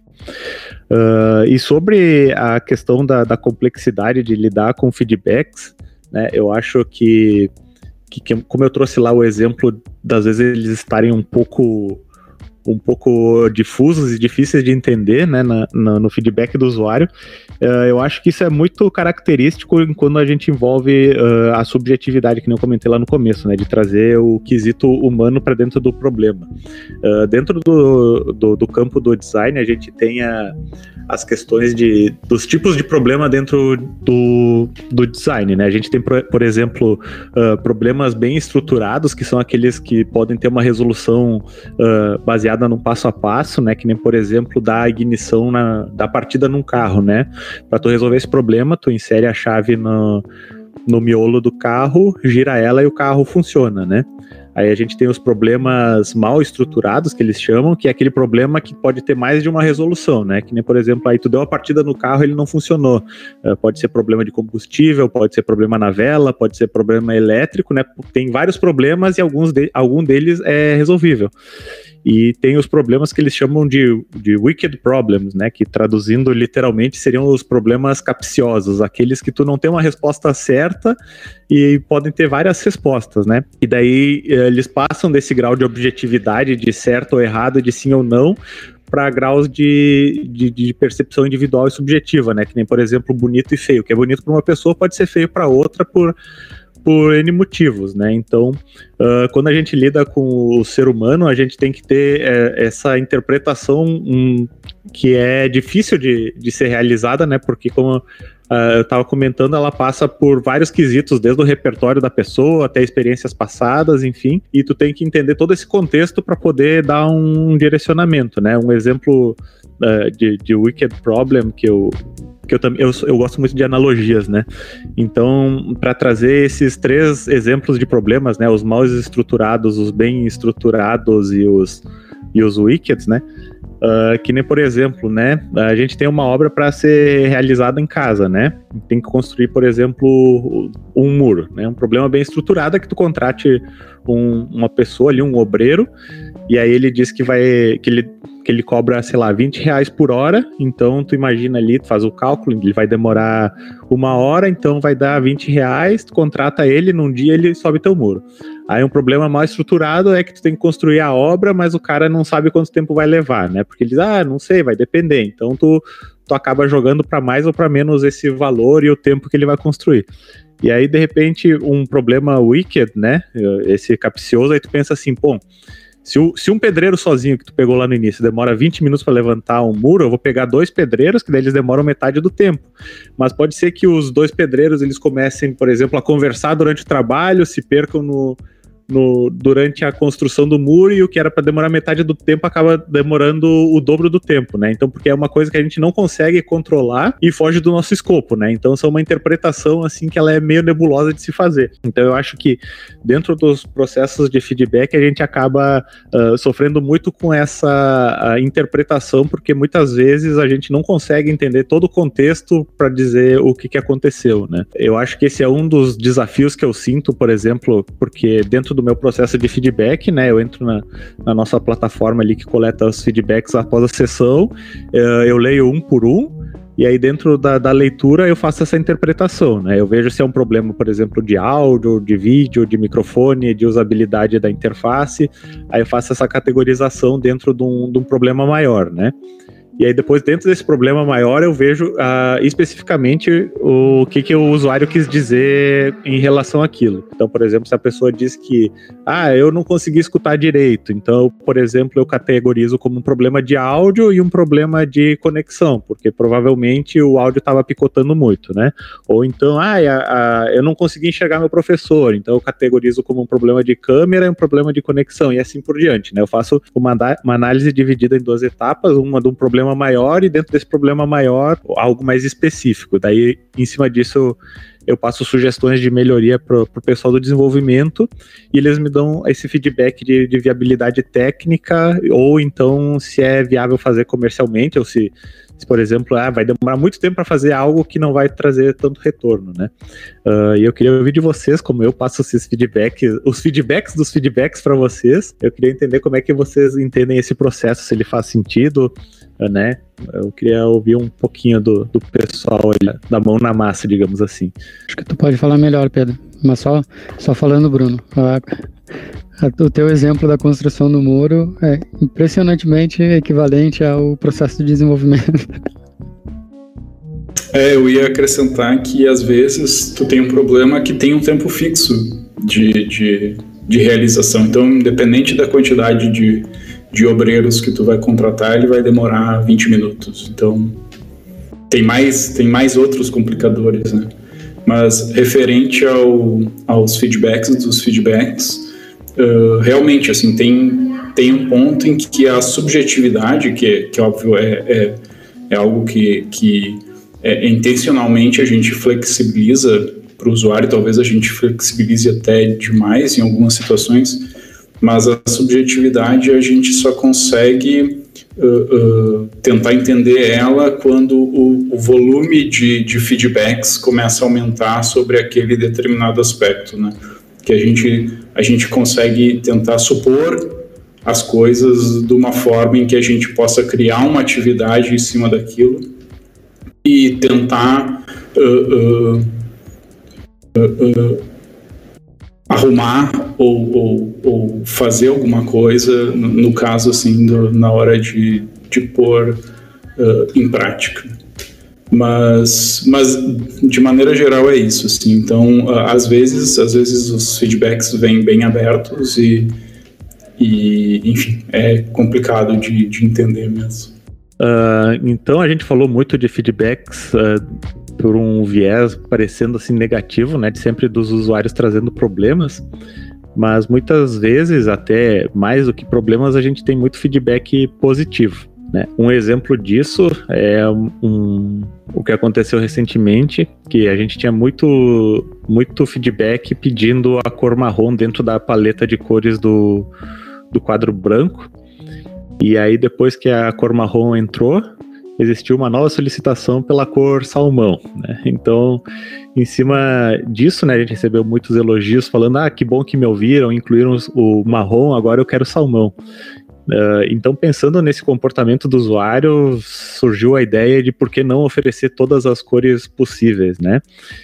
Uh, e sobre a questão da, da complexidade de lidar com feedbacks, né, eu acho que, que, que, como eu trouxe lá o exemplo das vezes eles estarem um pouco, um pouco difusos e difíceis de entender, né, na, na, no feedback do usuário, uh, eu acho que isso é muito característico quando a gente envolve uh, a subjetividade, que nem eu comentei lá no começo, né, de trazer o quesito humano para dentro do problema. Uh, dentro do, do, do campo do design, a gente tem a, as questões de, dos tipos de problema dentro do, do design, né? A gente tem, por, por exemplo, uh, problemas bem estruturados, que são aqueles que podem ter uma resolução uh, baseada num passo a passo, né? Que nem, por exemplo, da ignição na, da partida num carro, né? Para tu resolver esse problema, tu insere a chave no, no miolo do carro, gira ela e o carro funciona, né? Aí a gente tem os problemas mal estruturados, que eles chamam, que é aquele problema que pode ter mais de uma resolução, né? Que nem, por exemplo, aí tu deu a partida no carro e ele não funcionou. Uh, pode ser problema de combustível, pode ser problema na vela, pode ser problema elétrico, né? Tem vários problemas e alguns de, algum deles é resolvível. E tem os problemas que eles chamam de, de wicked problems, né? Que traduzindo literalmente seriam os problemas capciosos, aqueles que tu não tem uma resposta certa e podem ter várias respostas, né? E daí eles passam desse grau de objetividade, de certo ou errado, de sim ou não, para graus de, de, de percepção individual e subjetiva, né? Que nem, por exemplo, bonito e feio. O que é bonito para uma pessoa pode ser feio para outra por... por N motivos, né? Então, uh, quando a gente lida com o ser humano, a gente tem que ter é, essa interpretação um, que é difícil de, de ser realizada, né? Porque, como uh, eu estava comentando, ela passa por vários quesitos, desde o repertório da pessoa até experiências passadas, enfim, e tu tem que entender todo esse contexto para poder dar um direcionamento, né? Um exemplo uh, de, de wicked problem que eu que eu, eu, eu gosto muito de analogias, né? Então, para trazer esses três exemplos de problemas, né? Os mal estruturados, os bem estruturados e os, e os wickeds, né? Uh, que nem, por exemplo, né? A gente tem uma obra para ser realizada em casa, né? Tem que construir, por exemplo, um muro, né? Um problema bem estruturado é que tu contrate um, uma pessoa ali, um obreiro, e aí ele diz que vai... que ele que ele cobra, sei lá, vinte reais por hora, então tu imagina ali, tu faz o cálculo, ele vai demorar uma hora, então vai dar vinte reais, tu contrata ele, num dia ele sobe teu muro. Aí um problema mal estruturado é que tu tem que construir a obra, mas o cara não sabe quanto tempo vai levar, né? Porque ele diz, ah, não sei, vai depender. Então tu, tu acaba jogando para mais ou para menos esse valor e o tempo que ele vai construir. E aí, de repente, um problema wicked, né? Esse capcioso, aí tu pensa assim, pô, Se, o, se um pedreiro sozinho que tu pegou lá no início demora vinte minutos para levantar um muro, eu vou pegar dois pedreiros, que daí eles demoram metade do tempo. Mas pode ser que os dois pedreiros eles comecem, por exemplo, a conversar durante o trabalho, se percam no, no, durante a construção do muro, e o que era para demorar metade do tempo acaba demorando o dobro do tempo, né? Então, porque é uma coisa que a gente não consegue controlar e foge do nosso escopo, né? Então, são uma interpretação, assim, que ela é meio nebulosa de se fazer. Então, eu acho que dentro dos processos de feedback, a gente acaba uh, sofrendo muito com essa interpretação, porque muitas vezes a gente não consegue entender todo o contexto para dizer o que, que aconteceu, né? Eu acho que esse é um dos desafios que eu sinto, por exemplo, porque dentro do meu processo de feedback, né, eu entro na, na nossa plataforma ali que coleta os feedbacks após a sessão, uh, eu leio um por um, e aí dentro da, da leitura eu faço essa interpretação, né? Eu vejo se é um problema, por exemplo, de áudio, de vídeo, de microfone, de usabilidade da interface, aí eu faço essa categorização dentro de um, de um problema maior, né? E aí depois, dentro desse problema maior, eu vejo uh, especificamente o que, que o usuário quis dizer em relação àquilo. Então, por exemplo, se a pessoa diz que ah, eu não consegui escutar direito, então, por exemplo, eu categorizo como um problema de áudio e um problema de conexão, porque provavelmente o áudio estava picotando muito, né? Ou então, ah, a, a, eu não consegui enxergar meu professor, então eu categorizo como um problema de câmera e um problema de conexão, e assim por diante, né? Eu faço uma, uma análise dividida em duas etapas, uma de um problema maior e dentro desse problema maior algo mais específico. Daí, em cima disso, eu passo sugestões de melhoria para o pessoal do desenvolvimento e eles me dão esse feedback de, de viabilidade técnica ou então se é viável fazer comercialmente ou se, se por exemplo, ah, vai demorar muito tempo para fazer algo que não vai trazer tanto retorno, né? Uh, e eu queria ouvir de vocês como eu passo esses feedbacks, os feedbacks dos feedbacks para vocês. Eu queria entender como é que vocês entendem esse processo, se ele faz sentido, né? Eu queria ouvir um pouquinho do, do pessoal ali, da mão na massa, digamos assim. Acho que tu pode falar melhor, Pedro, mas só, só falando, Bruno. A, a, o teu exemplo da construção do muro é impressionantemente equivalente ao processo de desenvolvimento. É, eu ia acrescentar que às vezes tu tem um problema que tem um tempo fixo de, de, de realização. Então, independente da quantidade de de obreiros que tu vai contratar, ele vai demorar vinte minutos. Então, tem mais, tem mais outros complicadores, né? Mas, referente ao, aos feedbacks, dos feedbacks, uh, realmente, assim, tem, tem um ponto em que a subjetividade, que, que óbvio, é, é, é algo que, que é, intencionalmente a gente flexibiliza para o usuário, talvez a gente flexibilize até demais em algumas situações, mas a subjetividade a gente só consegue uh, uh, tentar entender ela quando o, o volume de, de feedbacks começa a aumentar sobre aquele determinado aspecto, né? Que a gente, a gente consegue tentar supor as coisas de uma forma em que a gente possa criar uma atividade em cima daquilo e tentar uh, uh, uh, uh, arrumar ou, ou, ou fazer alguma coisa, no, no caso, assim, do, na hora de, de pôr uh, em prática. Mas, mas, de maneira geral, é isso, assim. Então, uh, às vezes, às vezes os feedbacks vêm bem abertos e, e enfim, é complicado de, de entender mesmo. Uh, então, a gente falou muito de feedbacks uh, por um viés parecendo assim negativo, né, de sempre dos usuários trazendo problemas, mas muitas vezes, até mais do que problemas, a gente tem muito feedback positivo, né? Um exemplo disso é um, o que aconteceu recentemente, que a gente tinha muito, muito feedback pedindo a cor marrom dentro da paleta de cores do, do quadro branco, e aí depois que a cor marrom entrou, existiu uma nova solicitação pela cor salmão, né? Então, em cima disso, né, a gente recebeu muitos elogios falando, ah, que bom que me ouviram, incluíram o marrom, agora eu quero salmão. Uh, então, pensando nesse comportamento do usuário, surgiu a ideia de por que não oferecer todas as cores possíveis, né?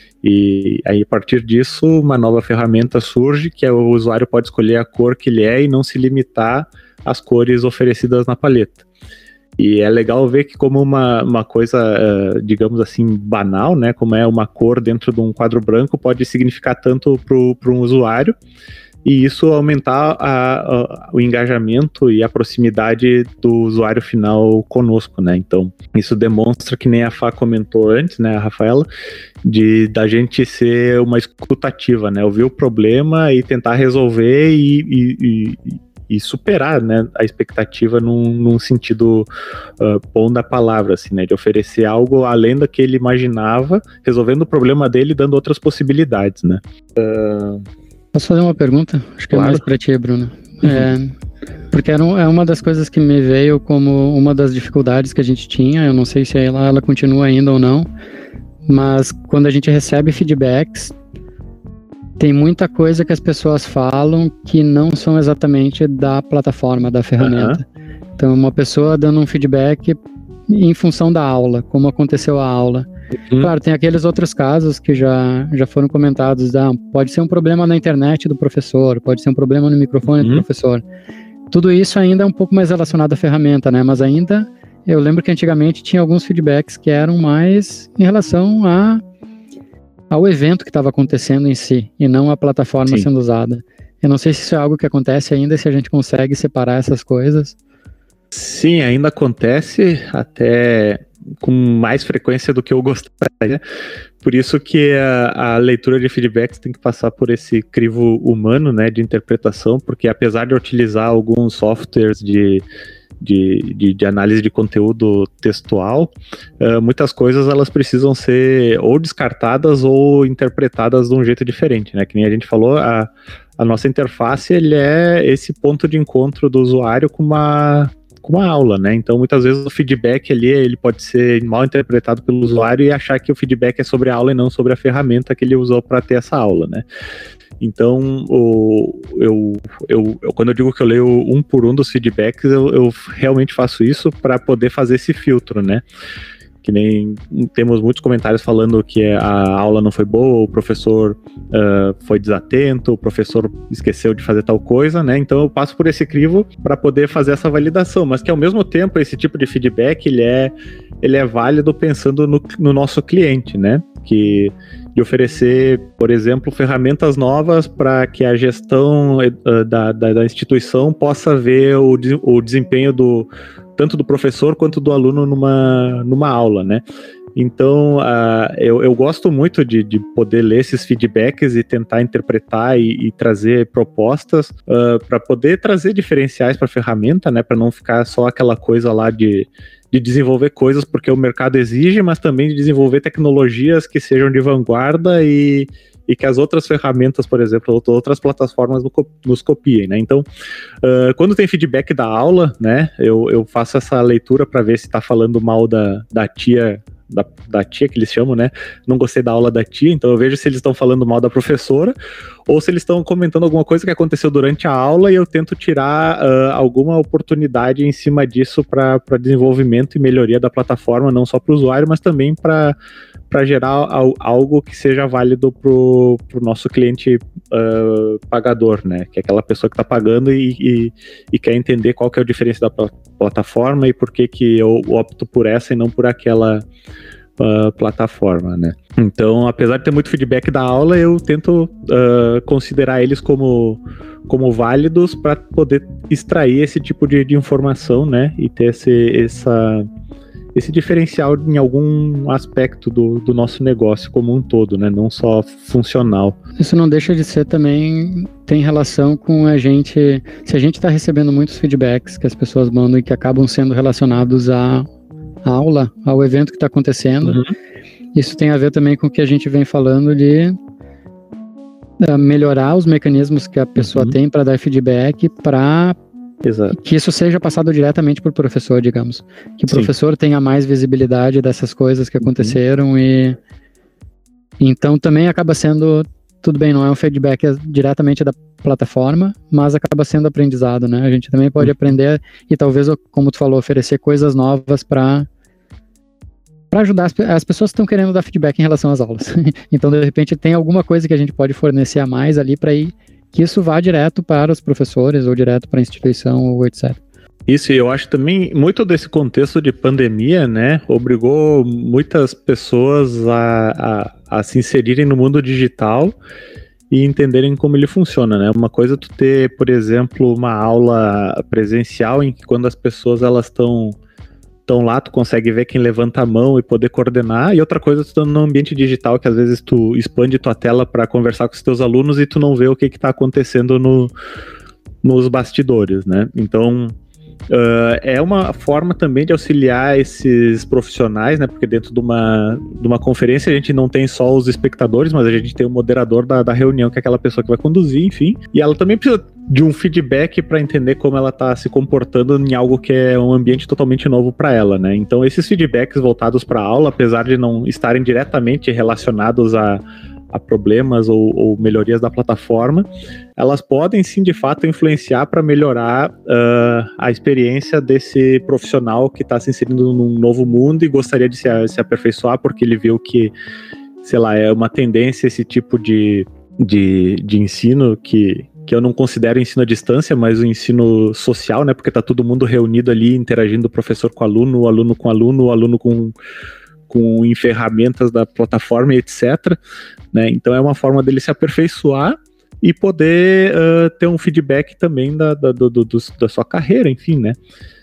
E aí, a partir disso, uma nova ferramenta surge, que é o usuário pode escolher a cor que ele é e não se limitar às cores oferecidas na paleta. E é legal ver que como uma, uma coisa, uh, digamos assim, banal, né, como é uma cor dentro de um quadro branco, pode significar tanto para um usuário, e isso aumentar a, a, o engajamento e a proximidade do usuário final conosco, né? Então, isso demonstra, que nem a Fá comentou antes, né, a Rafaela, de da gente ser uma escutativa, né, ouvir o problema e tentar resolver e, e, e e superar, né, a expectativa num, num sentido uh, bom da palavra, assim, né, de oferecer algo além do que ele imaginava, resolvendo o problema dele e dando outras possibilidades, né. Uh... Posso fazer uma pergunta? Acho que claro. É mais para ti, Bruno. Uhum. É, porque era um, é uma das coisas que me veio como uma das dificuldades que a gente tinha, eu não sei se ela, ela continua ainda ou não, mas quando a gente recebe feedbacks, tem muita coisa que as pessoas falam que não são exatamente da plataforma, da ferramenta. Uhum. Então, uma pessoa dando um feedback em função da aula, como aconteceu a aula. Uhum. Claro, tem aqueles outros casos que já, já foram comentados, ah, pode ser um problema na internet do professor, pode ser um problema no microfone uhum. do professor. Tudo isso ainda é um pouco mais relacionado à ferramenta, né? Mas ainda, eu lembro que antigamente tinha alguns feedbacks que eram mais em relação a ao evento que estava acontecendo em si, e não a plataforma Sim. sendo usada. Eu não sei se isso é algo que acontece ainda, se a gente consegue separar essas coisas. Sim, ainda acontece, até com mais frequência do que eu gostaria. Por isso que a, a leitura de feedbacks tem que passar por esse crivo humano, né, de interpretação, porque apesar de eu utilizar alguns softwares de de, de, de análise de conteúdo textual, uh, muitas coisas elas precisam ser ou descartadas ou interpretadas de um jeito diferente, né? Que nem a gente falou, a, a nossa interface ele é esse ponto de encontro do usuário com uma, com uma aula, né? Então, muitas vezes o feedback ali ele pode ser mal interpretado pelo usuário e achar que o feedback é sobre a aula e não sobre a ferramenta que ele usou para ter essa aula, né? Então, o, eu, eu, eu, quando eu digo que eu leio um por um dos feedbacks, eu, eu realmente faço isso para poder fazer esse filtro, né? Que nem temos muitos comentários falando que a aula não foi boa, o professor uh, foi desatento, o professor esqueceu de fazer tal coisa, né? Então eu passo por esse crivo para poder fazer essa validação, mas que ao mesmo tempo esse tipo de feedback ele é, ele é válido pensando no, no nosso cliente, né? Que de oferecer, por exemplo, ferramentas novas para que a gestão uh, da, da, da instituição possa ver o, o desempenho do, tanto do professor quanto do aluno numa, numa aula, né? Então, uh, eu, eu gosto muito de, de poder ler esses feedbacks e tentar interpretar e, e trazer propostas uh, para poder trazer diferenciais para a ferramenta, né? Para não ficar só aquela coisa lá de de desenvolver coisas porque o mercado exige, mas também de desenvolver tecnologias que sejam de vanguarda e, e que as outras ferramentas, por exemplo, outras plataformas nos copiem, né? Então, uh, quando tem feedback da aula, né, eu, eu faço essa leitura para ver se está falando mal da, da tia, da, da tia que eles chamam, né? Não gostei da aula da tia, então eu vejo se eles estão falando mal da professora ou se eles estão comentando alguma coisa que aconteceu durante a aula e eu tento tirar uh, alguma oportunidade em cima disso para desenvolvimento e melhoria da plataforma, não só para o usuário, mas também para para gerar al, algo que seja válido para o nosso cliente uh, pagador, né? Que é aquela pessoa que está pagando e, e, e quer entender qual que é a diferença da pl plataforma e por que que eu opto por essa e não por aquela uh, plataforma, né? Então, apesar de ter muito feedback da aula, eu tento uh, considerar eles como, como válidos para poder extrair esse tipo de, de informação, né? E ter esse, essa... esse diferencial em algum aspecto do, do nosso negócio como um todo, né? Não só funcional. Isso não deixa de ser também, tem relação com a gente, se a gente está recebendo muitos feedbacks que as pessoas mandam e que acabam sendo relacionados à aula, ao evento que está acontecendo, uhum. Isso tem a ver também com o que a gente vem falando de uh, melhorar os mecanismos que a pessoa uhum. tem para dar feedback, para Exato. Que isso seja passado diretamente para o professor, digamos. Que o Sim. professor tenha mais visibilidade dessas coisas que aconteceram uhum. e... Então também acaba sendo... Tudo bem, não é um feedback diretamente da plataforma, mas acaba sendo aprendizado, né? A gente também pode uhum. aprender e talvez, como tu falou, oferecer coisas novas para para ajudar as, as pessoas que estão querendo dar feedback em relação às aulas. Então, de repente, tem alguma coisa que a gente pode fornecer a mais ali para ir que isso vá direto para os professores ou direto para a instituição ou etcétera. Isso, e eu acho também muito desse contexto de pandemia, né, obrigou muitas pessoas a, a, a se inserirem no mundo digital e entenderem como ele funciona, né? Uma coisa é tu ter, por exemplo, uma aula presencial em que quando as pessoas elas estão estão lá, tu consegue ver quem levanta a mão e poder coordenar, e outra coisa, tu tá no ambiente digital, que às vezes tu expande tua tela para conversar com os teus alunos e tu não vê o que que tá acontecendo no, nos bastidores, né? Então, uh, é uma forma também de auxiliar esses profissionais, né? Porque dentro de uma, de uma conferência a gente não tem só os espectadores, mas a gente tem o moderador da, da reunião, que é aquela pessoa que vai conduzir, enfim, e ela também precisa de um feedback para entender como ela está se comportando em algo que é um ambiente totalmente novo para ela, né? Então esses feedbacks voltados para a aula, apesar de não estarem diretamente relacionados a, a problemas ou, ou melhorias da plataforma, elas podem sim de fato influenciar para melhorar uh, a experiência desse profissional que está se inserindo num novo mundo e gostaria de se, se aperfeiçoar porque ele viu que, sei lá, é uma tendência esse tipo de, de, de ensino que que eu não considero ensino à distância, mas o ensino social, né, porque tá todo mundo reunido ali, interagindo, o professor com o aluno, o aluno com o aluno, o aluno com, com ferramentas da plataforma e etcétera, né, então é uma forma dele se aperfeiçoar e poder uh, ter um feedback também da, da, do, do, da sua carreira, enfim, né.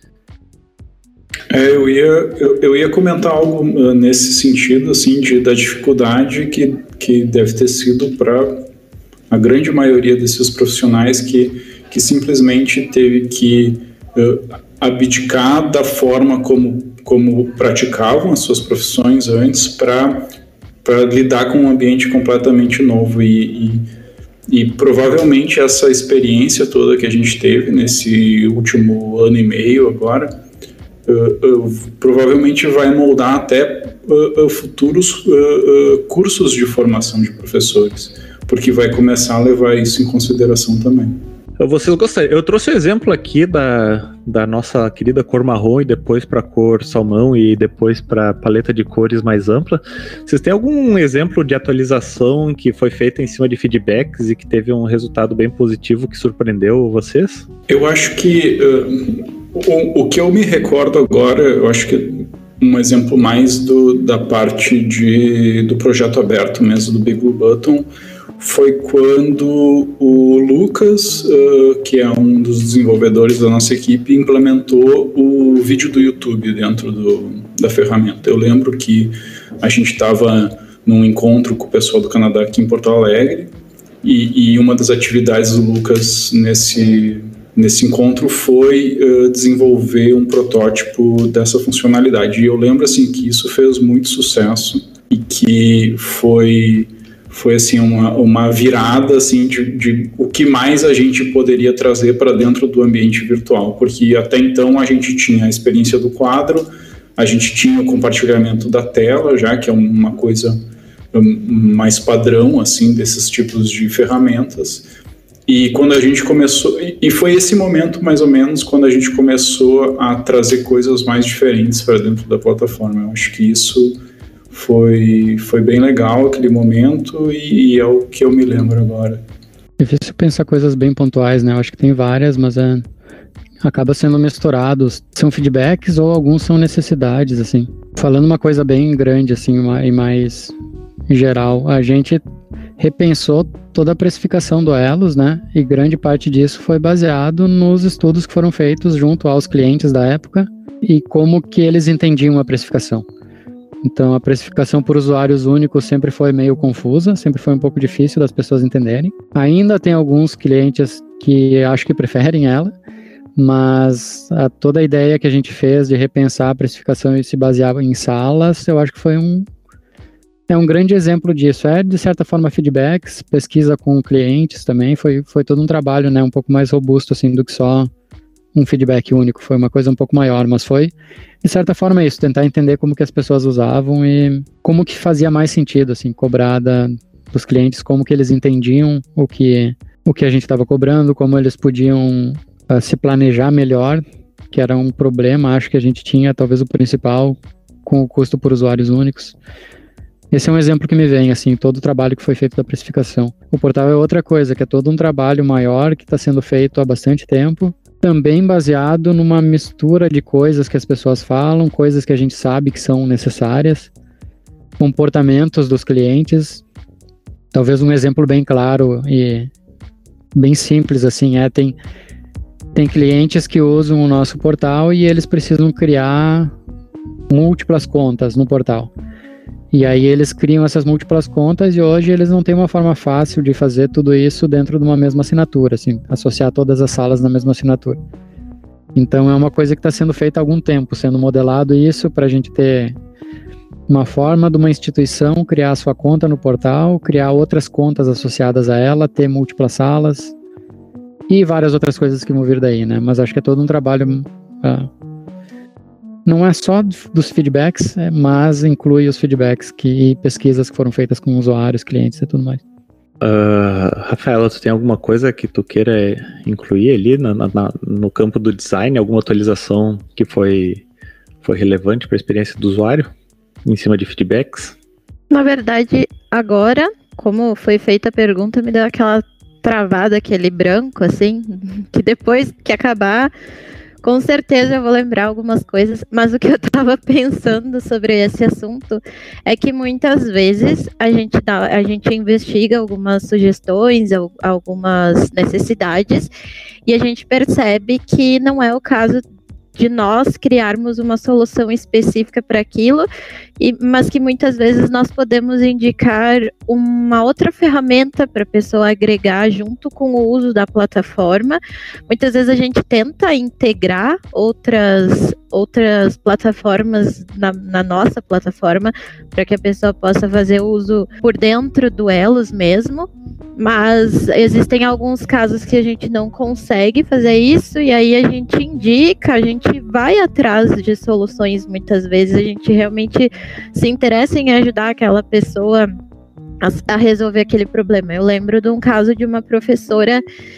É, eu, ia, eu, eu ia comentar algo uh, nesse sentido, assim, de, da dificuldade que, que deve ter sido para a grande maioria desses profissionais que, que simplesmente teve que uh, abdicar da forma como, como praticavam as suas profissões antes para lidar com um ambiente completamente novo e, e, e provavelmente essa experiência toda que a gente teve nesse último ano e meio agora uh, uh, provavelmente vai moldar até uh, uh, futuros uh, uh, cursos de formação de professores, porque vai começar a levar isso em consideração também. Vocês gostariam? Eu trouxe o um exemplo aqui da, da nossa querida cor marrom e depois para cor salmão e depois para paleta de cores mais ampla. Vocês têm algum exemplo de atualização que foi feita em cima de feedbacks e que teve um resultado bem positivo que surpreendeu vocês? Eu acho que uh, o, o que eu me recordo agora, eu acho que um exemplo mais do, da parte de, do projeto aberto mesmo, do Big Blue Button, foi quando o Lucas, uh, que é um dos desenvolvedores da nossa equipe, implementou o vídeo do YouTube dentro do, da ferramenta. Eu lembro que a gente estava num encontro com o pessoal do Canadá aqui em Porto Alegre e, e uma das atividades do Lucas nesse, nesse encontro foi uh, desenvolver um protótipo dessa funcionalidade. E eu lembro assim, que isso fez muito sucesso e que foi... Foi assim, uma, uma virada assim, de, de o que mais a gente poderia trazer para dentro do ambiente virtual, porque até então a gente tinha a experiência do quadro, a gente tinha o compartilhamento da tela, já que é uma coisa mais padrão assim, desses tipos de ferramentas. E quando a gente começou, e foi esse momento mais ou menos quando a gente começou a trazer coisas mais diferentes para dentro da plataforma. Eu acho que isso Foi, foi bem legal aquele momento e, e é o que eu me lembro agora. Difícil pensar coisas bem pontuais, né? Eu acho que tem várias, mas é, acaba sendo misturados. São feedbacks ou alguns são necessidades, assim. Falando uma coisa bem grande, assim, uma, e mais geral, a gente repensou toda a precificação do Elos, né? E grande parte disso foi baseado nos estudos que foram feitos junto aos clientes da época e como que eles entendiam a precificação. Então, a precificação por usuários únicos sempre foi meio confusa, sempre foi um pouco difícil das pessoas entenderem. Ainda tem alguns clientes que acho que preferem ela, mas a, toda a ideia que a gente fez de repensar a precificação e se basear em salas, eu acho que foi um, é um grande exemplo disso. É, de certa forma, feedbacks, pesquisa com clientes também, foi, foi todo um trabalho, né, um pouco mais robusto assim, do que só um feedback único, foi uma coisa um pouco maior, mas foi, de certa forma, é isso, tentar entender como que as pessoas usavam e como que fazia mais sentido, assim, cobrar da, dos clientes, como que eles entendiam o que, o que a gente estava cobrando, como eles podiam uh, se planejar melhor, que era um problema, acho que a gente tinha, talvez o principal, com o custo por usuários únicos. Esse é um exemplo que me vem, assim, todo o trabalho que foi feito da precificação. O portal é outra coisa, que é todo um trabalho maior que está sendo feito há bastante tempo, também baseado numa mistura de coisas que as pessoas falam, coisas que a gente sabe que são necessárias, comportamentos dos clientes. Talvez um exemplo bem claro e bem simples assim é, tem, tem clientes que usam o nosso portal e eles precisam criar múltiplas contas no portal. E aí eles criam essas múltiplas contas e hoje eles não têm uma forma fácil de fazer tudo isso dentro de uma mesma assinatura, assim, associar todas as salas na mesma assinatura. Então é uma coisa que está sendo feita há algum tempo, sendo modelado isso para a gente ter uma forma de uma instituição criar a sua conta no portal, criar outras contas associadas a ela, ter múltiplas salas e várias outras coisas que vão vir daí, né? Mas acho que é todo um trabalho... Uh, não é só dos feedbacks, mas inclui os feedbacks que, e pesquisas que foram feitas com usuários, clientes e tudo mais. Uh, Rafaela, tu tem alguma coisa que tu queira incluir ali na, na, no campo do design? Alguma atualização que foi, foi relevante para a experiência do usuário em cima de feedbacks? Na verdade, agora, como foi feita a pergunta, me deu aquela travada, aquele branco, assim, que depois que acabar... Com certeza eu vou lembrar algumas coisas, mas o que eu estava pensando sobre esse assunto é que muitas vezes a gente, dá, a gente investiga algumas sugestões, algumas necessidades, e a gente percebe que não é o caso de nós criarmos uma solução específica para aquilo, e, mas que muitas vezes nós podemos indicar uma outra ferramenta para a pessoa agregar junto com o uso da plataforma. Muitas vezes a gente tenta integrar outras, outras plataformas na, na nossa plataforma para que a pessoa possa fazer uso por dentro do Elos mesmo, mas existem alguns casos que a gente não consegue fazer isso, e aí a gente indica, a gente vai atrás de soluções. Muitas vezes a gente realmente se interessa em ajudar aquela pessoa a, a resolver aquele problema. Eu lembro de um caso de uma professora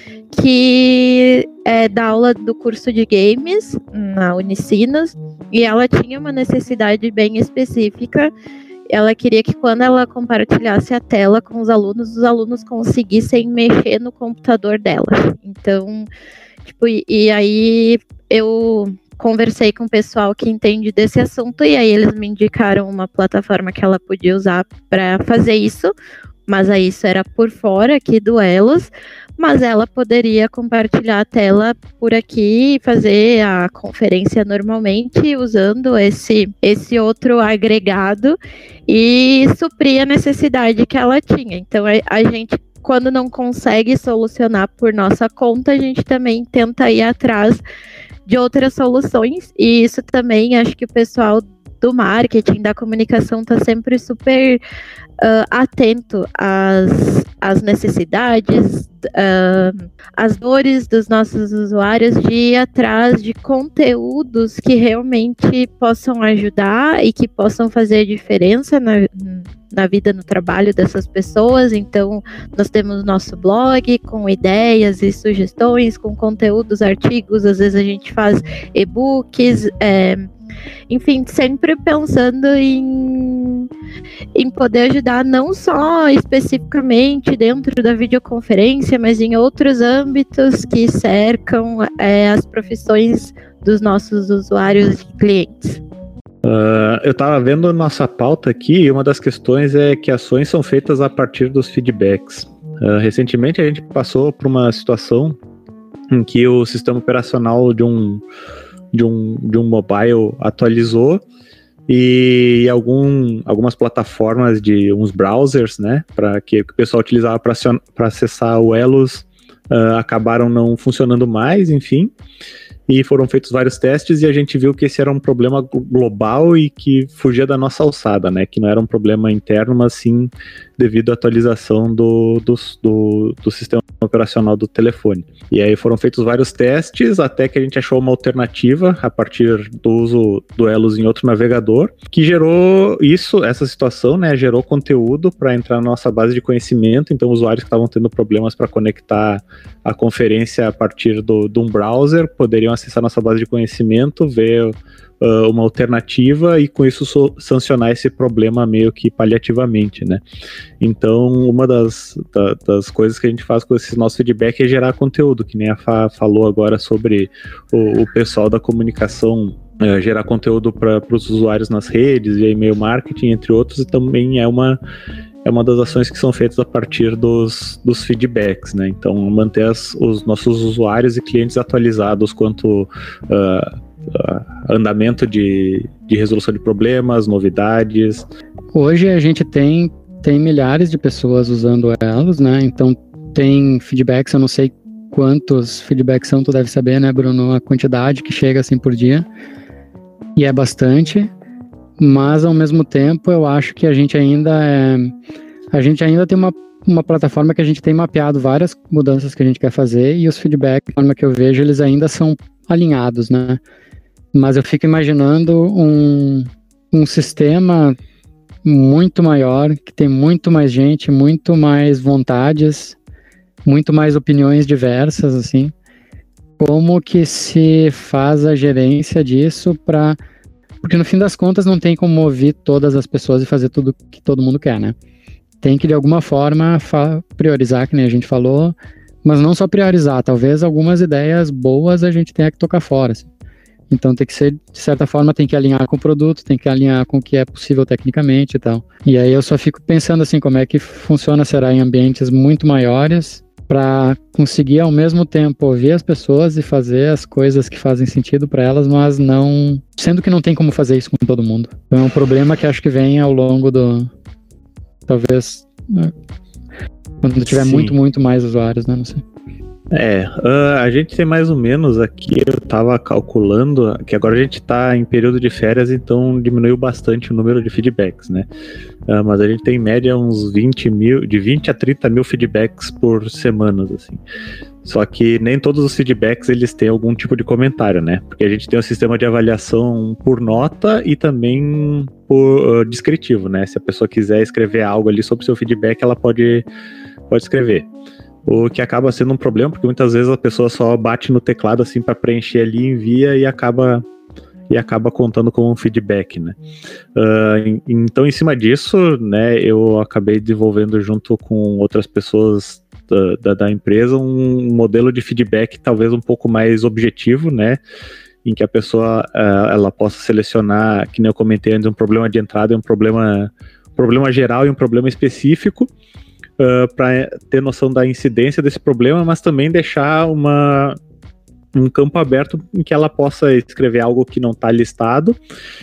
que é, dá aula do curso de games na Unicinos, e ela tinha uma necessidade bem específica. Ela queria que quando ela compartilhasse a tela com os alunos, os alunos conseguissem mexer no computador dela. Então, tipo, e, e aí eu conversei com o pessoal que entende desse assunto, e aí eles me indicaram uma plataforma que ela podia usar para fazer isso, mas aí isso era por fora aqui do Elos, mas ela poderia compartilhar a tela por aqui e fazer a conferência normalmente usando esse, esse outro agregado e suprir a necessidade que ela tinha. Então a, a gente, quando não consegue solucionar por nossa conta, a gente também tenta ir atrás de outras soluções, e isso também acho que o pessoal do marketing, da comunicação está sempre super uh, atento às, às necessidades, uh, às dores dos nossos usuários, de ir atrás de conteúdos que realmente possam ajudar e que possam fazer diferença na, na vida, no trabalho dessas pessoas. Então, nós temos nosso blog com ideias e sugestões, com conteúdos, artigos, às vezes a gente faz e-books, é, enfim, sempre pensando em, em poder ajudar não só especificamente dentro da videoconferência, mas em outros âmbitos que cercam é, as profissões dos nossos usuários e clientes. Uh, eu estava vendo nossa pauta aqui, e uma das questões é que ações são feitas a partir dos feedbacks. Uh, recentemente a gente passou por uma situação em que o sistema operacional de um De um, de um mobile atualizou, e algum, algumas plataformas de uns browsers, né, para que, que o pessoal utilizava para acessar o Elos uh, acabaram não funcionando mais, enfim, e foram feitos vários testes, e a gente viu que esse era um problema global e que fugia da nossa alçada, né, que não era um problema interno, mas sim devido à atualização do, do, do, do sistema operacional do telefone. E aí foram feitos vários testes até que a gente achou uma alternativa a partir do uso do Elos em outro navegador, que gerou isso, essa situação, né, gerou conteúdo para entrar na nossa base de conhecimento. Então usuários que estavam tendo problemas para conectar a conferência a partir do, de um browser poderiam acessar nossa base de conhecimento, ver Uh, uma alternativa e com isso so- sancionar esse problema meio que paliativamente, né? Então, uma das, da, das coisas que a gente faz com esse nosso feedback é gerar conteúdo, que nem a Fá falou agora sobre o, o pessoal da comunicação uh, gerar conteúdo para os usuários nas redes, via e-mail marketing, entre outros, e também é uma é uma das ações que são feitas a partir dos, dos feedbacks, né? Então, manter as, os nossos usuários e clientes atualizados quanto uh, Uh, andamento de, de resolução de problemas, novidades. Hoje a gente tem, tem milhares de pessoas usando Elos, né? Então tem feedbacks, eu não sei quantos feedbacks são, tu deve saber, né, Bruno? A quantidade que chega assim por dia. E é bastante, mas ao mesmo tempo eu acho que a gente ainda é, a gente ainda tem uma, uma plataforma que a gente tem mapeado várias mudanças que a gente quer fazer, e os feedbacks, da forma que eu vejo, eles ainda são alinhados, né? Mas eu fico imaginando um, um sistema muito maior, que tem muito mais gente, muito mais vontades, muito mais opiniões diversas, assim. Como que se faz a gerência disso para... Porque no fim das contas não tem como ouvir todas as pessoas e fazer tudo que todo mundo quer, né? Tem que de alguma forma fa- priorizar, que nem a gente falou, mas não só priorizar, talvez algumas ideias boas a gente tenha que tocar fora, assim. Então tem que ser, de certa forma, tem que alinhar com o produto, tem que alinhar com o que é possível tecnicamente e tal. E aí eu só fico pensando assim, como é que funciona, será em ambientes muito maiores, para conseguir ao mesmo tempo ouvir as pessoas e fazer as coisas que fazem sentido para elas, mas não, sendo que não tem como fazer isso com todo mundo. Então é um problema que acho que vem ao longo do, talvez, né, quando tiver Sim. muito, muito mais usuários, né, não sei. É, uh, a gente tem mais ou menos aqui, eu tava calculando que agora a gente tá em período de férias, então diminuiu bastante o número de feedbacks, né? Uh, mas a gente tem em média uns vinte mil, de vinte a trinta mil feedbacks por semana, assim. Só que nem todos os feedbacks eles têm algum tipo de comentário, né? Porque a gente tem um sistema de avaliação por nota e também por uh, descritivo, né? Se a pessoa quiser escrever algo ali sobre o seu feedback, ela pode, pode escrever. O que acaba sendo um problema, porque muitas vezes a pessoa só bate no teclado assim para preencher ali, envia e acaba, e acaba contando como um feedback, né? Uh, então, em cima disso, né, eu acabei desenvolvendo junto com outras pessoas da, da, da empresa um modelo de feedback talvez um pouco mais objetivo, né? Em que a pessoa uh, ela possa selecionar, que nem eu comentei antes, um problema de entrada e um problema, um problema geral e um problema específico. Uh, para ter noção da incidência desse problema, mas também deixar uma, um campo aberto em que ela possa escrever algo que não está listado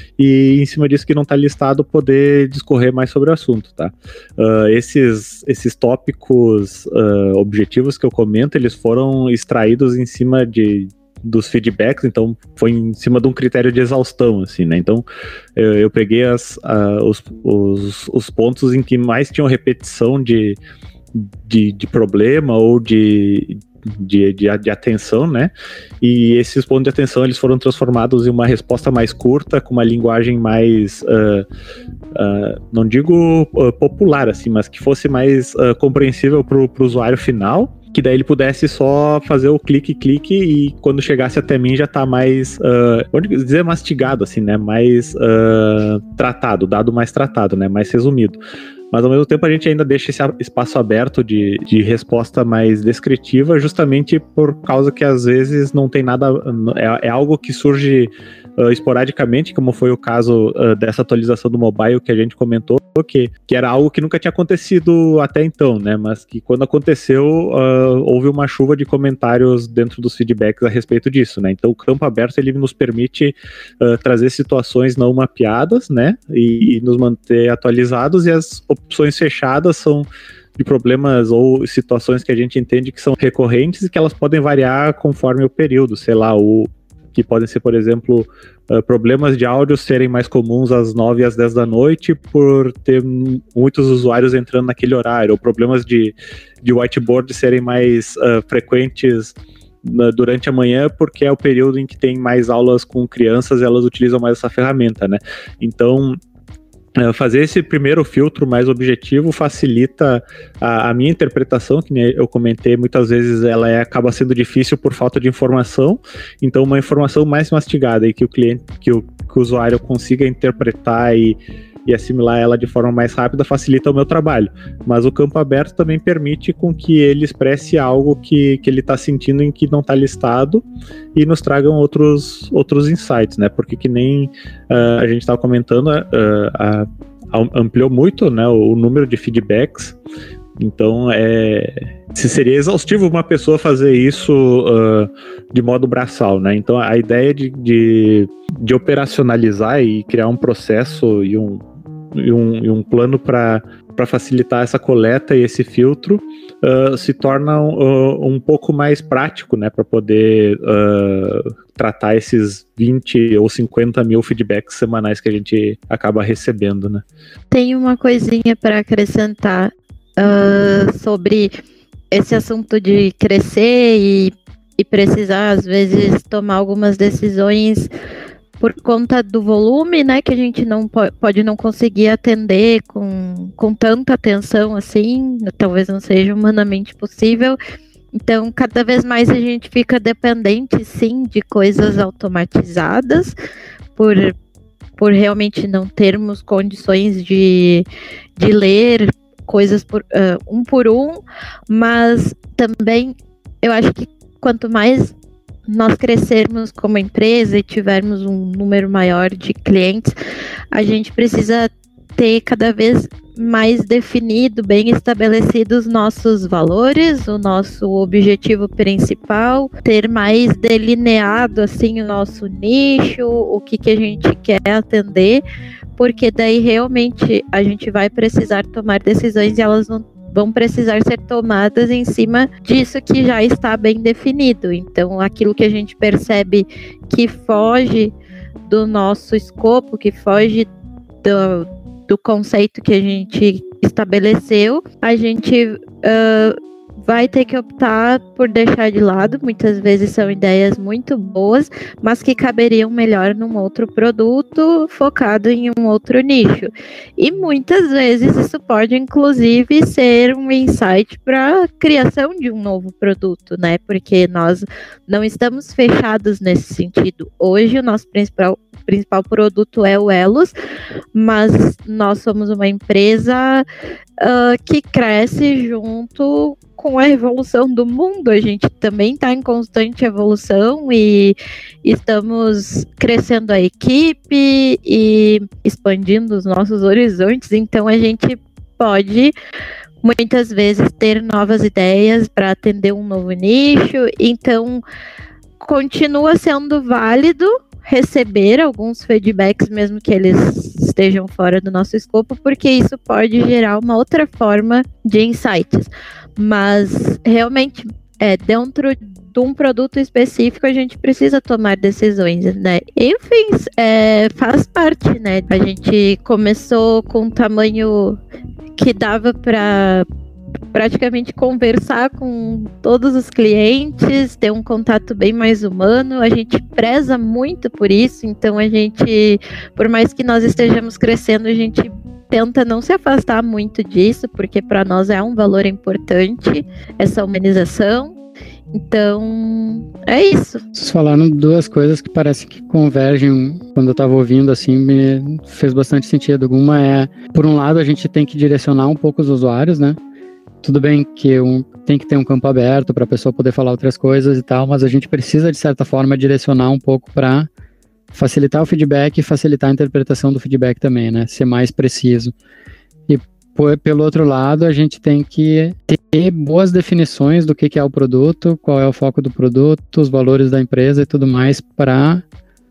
e em cima disso que não está listado poder discorrer mais sobre o assunto, tá? Uh, esses, esses tópicos uh, objetivos que eu comento, eles foram extraídos em cima de dos feedbacks, então foi em cima de um critério de exaustão, assim, né? Então eu, eu peguei as, uh, os, os, os pontos em que mais tinham repetição de, de, de problema ou de, de, de, de atenção, né? E esses pontos de atenção eles foram transformados em uma resposta mais curta, com uma linguagem mais, uh, uh, não digo uh, popular, assim, mas que fosse mais uh, compreensível para o usuário final, que daí ele pudesse só fazer o clique, clique e quando chegasse até mim já tá mais, uh, vamos dizer, mastigado, assim, né, mais uh, tratado, dado mais tratado, né, mais resumido. Mas ao mesmo tempo a gente ainda deixa esse espaço aberto de, de resposta mais descritiva, justamente por causa que às vezes não tem nada, é, é algo que surge uh, esporadicamente, como foi o caso uh, dessa atualização do mobile que a gente comentou, que, que era algo que nunca tinha acontecido até então, né? Mas que quando aconteceu, uh, houve uma chuva de comentários dentro dos feedbacks a respeito disso, né? Então o campo aberto ele nos permite uh, trazer situações não mapeadas, né? E, e nos manter atualizados, e as opções fechadas são de problemas ou situações que a gente entende que são recorrentes e que elas podem variar conforme o período, sei lá, o que podem ser, por exemplo, uh, problemas de áudio serem mais comuns às nove e às dez da noite por ter muitos usuários entrando naquele horário, ou problemas de, de whiteboard serem mais uh, frequentes uh, durante a manhã porque é o período em que tem mais aulas com crianças e elas utilizam mais essa ferramenta, né? Então, fazer esse primeiro filtro mais objetivo facilita a, a minha interpretação, que eu comentei, muitas vezes ela é, acaba sendo difícil por falta de informação, então uma informação mais mastigada e que o cliente, que o, que o usuário consiga interpretar e, e assimilar ela de forma mais rápida facilita o meu trabalho, mas o campo aberto também permite com que ele expresse algo que, que ele está sentindo em que não está listado e nos tragam outros, outros insights, né, porque que nem uh, a gente estava comentando, uh, uh, ampliou muito, né, o, o número de feedbacks, então é, se seria exaustivo uma pessoa fazer isso uh, de modo braçal, né, então a ideia de, de, de operacionalizar e criar um processo e um E um, e um plano para facilitar essa coleta e esse filtro uh, se torna uh, um pouco mais prático, né, para poder uh, tratar esses vinte ou cinquenta mil feedbacks semanais que a gente acaba recebendo, né. Tem uma coisinha para acrescentar uh, sobre esse assunto de crescer e, e precisar, às vezes, tomar algumas decisões por conta do volume, né, que a gente não pode, pode não conseguir atender com, com tanta atenção assim, talvez não seja humanamente possível. Então, cada vez mais a gente fica dependente, sim, de coisas automatizadas, por, por realmente não termos condições de, de ler coisas por, uh, um por um, mas também eu acho que quanto mais nós crescermos como empresa e tivermos um número maior de clientes, a gente precisa ter cada vez mais definido, bem estabelecido os nossos valores, o nosso objetivo principal, ter mais delineado assim o nosso nicho, o que, que a gente quer atender, porque daí realmente a gente vai precisar tomar decisões e elas não vão precisar ser tomadas em cima disso que já está bem definido. Então, aquilo que a gente percebe que foge do nosso escopo, que foge do, do conceito que a gente estabeleceu, a gente uh, vai ter que optar por deixar de lado. Muitas vezes são ideias muito boas, mas que caberiam melhor num outro produto focado em um outro nicho. E muitas vezes isso pode, inclusive, ser um insight para a criação de um novo produto, né? Porque nós não estamos fechados nesse sentido. Hoje, o nosso principal principal produto é o Elos, mas nós somos uma empresa uh, que cresce junto com a evolução do mundo. A gente também está em constante evolução e estamos crescendo a equipe e expandindo os nossos horizontes, então a gente pode muitas vezes ter novas ideias para atender um novo nicho, então continua sendo válido receber alguns feedbacks, mesmo que eles estejam fora do nosso escopo, porque isso pode gerar uma outra forma de insights. Mas, realmente, é, dentro de um produto específico, a gente precisa tomar decisões, né? Enfim, é, faz parte, né? A gente começou com um tamanho que dava para praticamente conversar com todos os clientes, ter um contato bem mais humano. A gente preza muito por isso, então a gente, por mais que nós estejamos crescendo, a gente tenta não se afastar muito disso, porque para nós é um valor importante essa humanização. Então, é isso. Vocês falaram duas coisas que parece que convergem. Quando eu estava ouvindo, assim, me fez bastante sentido. Uma é, por um lado, a gente tem que direcionar um pouco os usuários, né? Tudo bem que um, tem que ter um campo aberto para a pessoa poder falar outras coisas e tal, mas a gente precisa, de certa forma, direcionar um pouco para facilitar o feedback e facilitar a interpretação do feedback também, né? Ser mais preciso. E por, pelo outro lado, a gente tem que ter boas definições do que, que é o produto, qual é o foco do produto, os valores da empresa e tudo mais para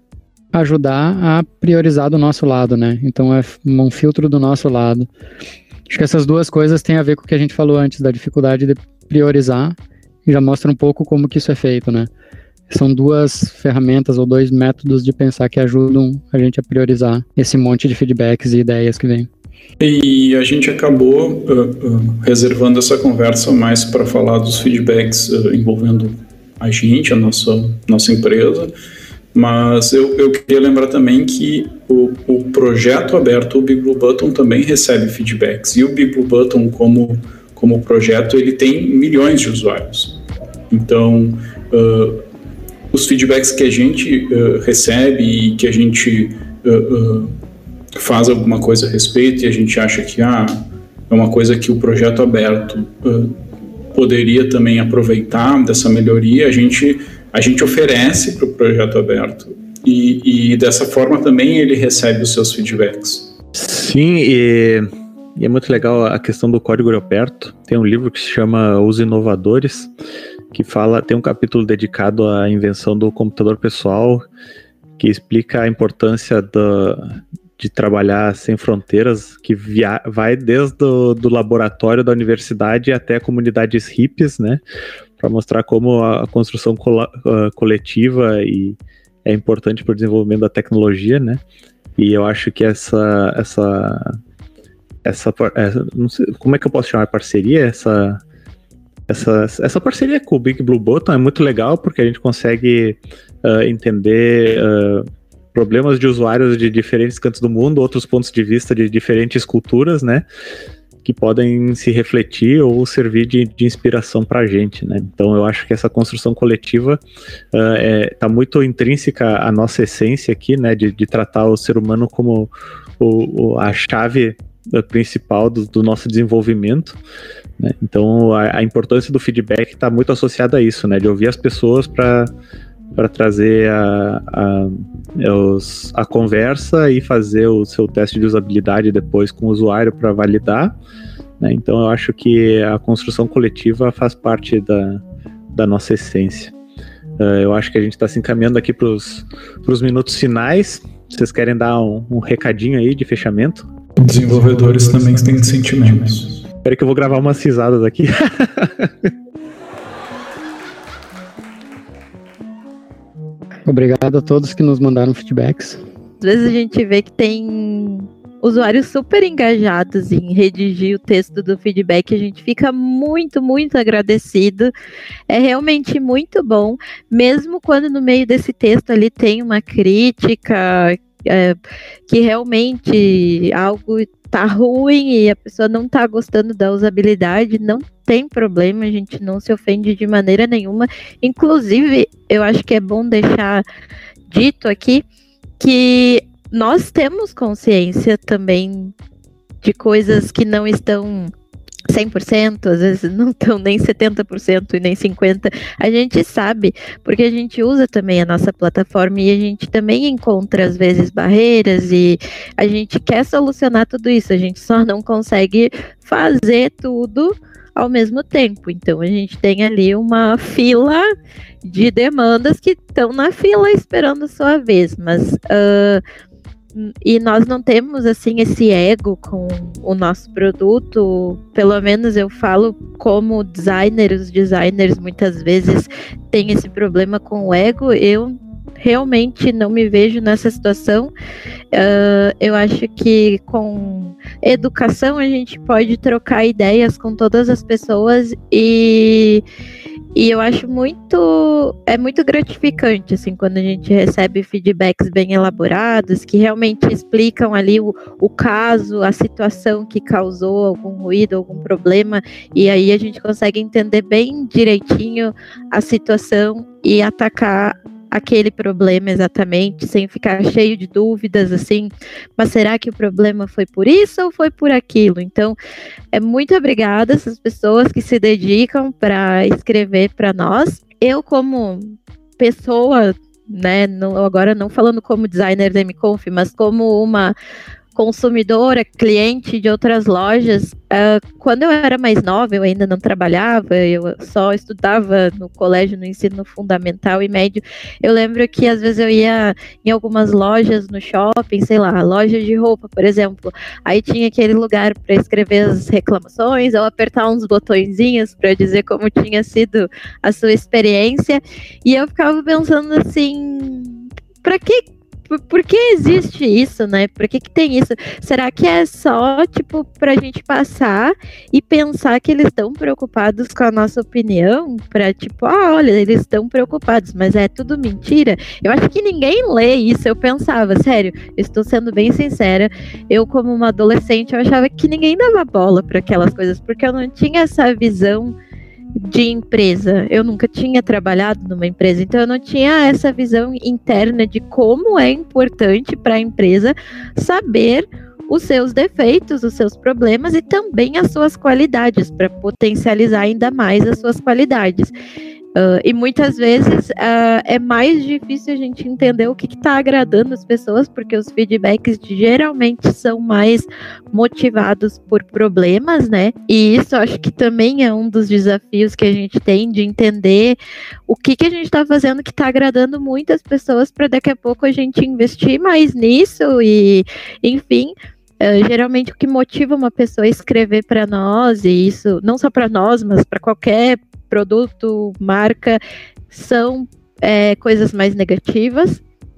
ajudar a priorizar do nosso lado, né? Então é um filtro do nosso lado. Acho que essas duas coisas têm a ver com o que a gente falou antes, da dificuldade de priorizar, e já mostra um pouco como que isso é feito, né? São duas ferramentas ou dois métodos de pensar que ajudam a gente a priorizar esse monte de feedbacks e ideias que vem. E a gente acabou uh, uh, reservando essa conversa mais para falar dos feedbacks uh, envolvendo a gente, a nossa, nossa empresa. Mas eu, eu queria lembrar também que o, o projeto aberto, o Big Blue Button, também recebe feedbacks. E o Big Blue Button, como, como projeto, ele tem milhões de usuários. Então, uh, os feedbacks que a gente uh, recebe e que a gente uh, uh, faz alguma coisa a respeito, e a gente acha que ah, é uma coisa que o projeto aberto uh, poderia também aproveitar dessa melhoria, a gente... a gente oferece para o projeto aberto e, e dessa forma também ele recebe os seus feedbacks. Sim, e, e é muito legal a questão do código aberto. Tem um livro que se chama Os Inovadores, que fala, tem um capítulo dedicado à invenção do computador pessoal, que explica a importância da, de trabalhar sem fronteiras, que via, vai desde o do laboratório da universidade até comunidades hippies, né? Para mostrar como a construção col- uh, coletiva e é importante para o desenvolvimento da tecnologia, né? E eu acho que essa, essa, essa, essa não sei, como é que eu posso chamar parceria? Essa, essa, essa parceria com o Big Blue Button é muito legal porque a gente consegue uh, entender uh, problemas de usuários de diferentes cantos do mundo, outros pontos de vista de diferentes culturas, né? Que podem se refletir ou servir de, de inspiração para a gente, né? Então eu acho que essa construção coletiva está uh, é, tá muito intrínseca à nossa essência aqui, né? De, de tratar o ser humano como o, o, a chave principal do, do nosso desenvolvimento, né? Então a, a importância do feedback está muito associada a isso, né? De ouvir as pessoas para para trazer a, a, os, a conversa e fazer o seu teste de usabilidade depois com o usuário para validar, né? Então eu acho que a construção coletiva faz parte da, da nossa essência. Uh, eu acho que a gente está se encaminhando aqui para os minutos finais. Vocês querem dar um, um recadinho aí de fechamento? Desenvolvedores também têm sentimentos. Espera que eu vou gravar umas risadas aqui. Obrigado a todos que nos mandaram feedbacks. Às vezes a gente vê que tem usuários super engajados em redigir o texto do feedback, a gente fica muito, muito agradecido. É realmente muito bom, mesmo quando no meio desse texto ali tem uma crítica, é, que realmente algo tá ruim e a pessoa não tá gostando da usabilidade, não tem problema, a gente não se ofende de maneira nenhuma. Inclusive, eu acho que é bom deixar dito aqui que nós temos consciência também de coisas que não estão cem por cento, às vezes não estão nem setenta por cento e nem cinquenta por cento. A gente sabe, porque a gente usa também a nossa plataforma e a gente também encontra, às vezes, barreiras e a gente quer solucionar tudo isso, a gente só não consegue fazer tudo ao mesmo tempo. Então, a gente tem ali uma fila de demandas que estão na fila esperando a sua vez, mas... Uh, e nós não temos, assim, esse ego com o nosso produto, pelo menos eu falo como designer, os designers muitas vezes têm esse problema com o ego, eu realmente não me vejo nessa situação. Uh, eu acho que com educação a gente pode trocar ideias com todas as pessoas e... E eu acho muito, é muito gratificante, assim, quando a gente recebe feedbacks bem elaborados, que realmente explicam ali o, o caso, a situação que causou algum ruído, algum problema, e aí a gente consegue entender bem direitinho a situação e atacar aquele problema exatamente, sem ficar cheio de dúvidas, assim, mas será que o problema foi por isso ou foi por aquilo? Então, é muito obrigada a essas pessoas que se dedicam para escrever para nós. Eu, como pessoa, né, não, agora não falando como designer da MConf, mas como uma consumidora, cliente de outras lojas, uh, quando eu era mais nova, eu ainda não trabalhava, eu só estudava no colégio, no ensino fundamental e médio, eu lembro que às vezes eu ia em algumas lojas no shopping, sei lá, loja de roupa, por exemplo, aí tinha aquele lugar para escrever as reclamações, ou apertar uns botõezinhos para dizer como tinha sido a sua experiência, e eu ficava pensando assim, para que Por, por que existe isso, né? Por que que tem isso? Será que é só, tipo, pra gente passar e pensar que eles estão preocupados com a nossa opinião? Pra, tipo, ah, olha, eles estão preocupados, mas é tudo mentira? Eu acho que ninguém lê isso. Eu pensava, sério, eu estou sendo bem sincera, eu como uma adolescente, eu achava que ninguém dava bola para aquelas coisas, porque eu não tinha essa visão de empresa, eu nunca tinha trabalhado numa empresa, então eu não tinha essa visão interna de como é importante para a empresa saber os seus defeitos, os seus problemas e também as suas qualidades, para potencializar ainda mais as suas qualidades. Uh, e muitas vezes uh, é mais difícil a gente entender o que está agradando as pessoas, porque os feedbacks geralmente são mais motivados por problemas, né? E isso acho que também é um dos desafios que a gente tem de entender o que, que a gente está fazendo que está agradando muitas pessoas, para daqui a pouco a gente investir mais nisso e, enfim... Uh, geralmente o que motiva uma pessoa a escrever para nós, e isso não só para nós, mas para qualquer produto, marca, são é, coisas mais negativas.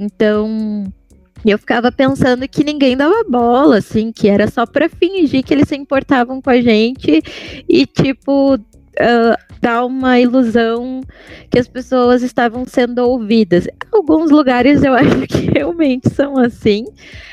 Então, eu ficava pensando que ninguém dava bola, assim, que era só para fingir que eles se importavam com a gente e, tipo, uh, dar uma ilusão que as pessoas estavam sendo ouvidas. Em alguns lugares eu acho que realmente são assim,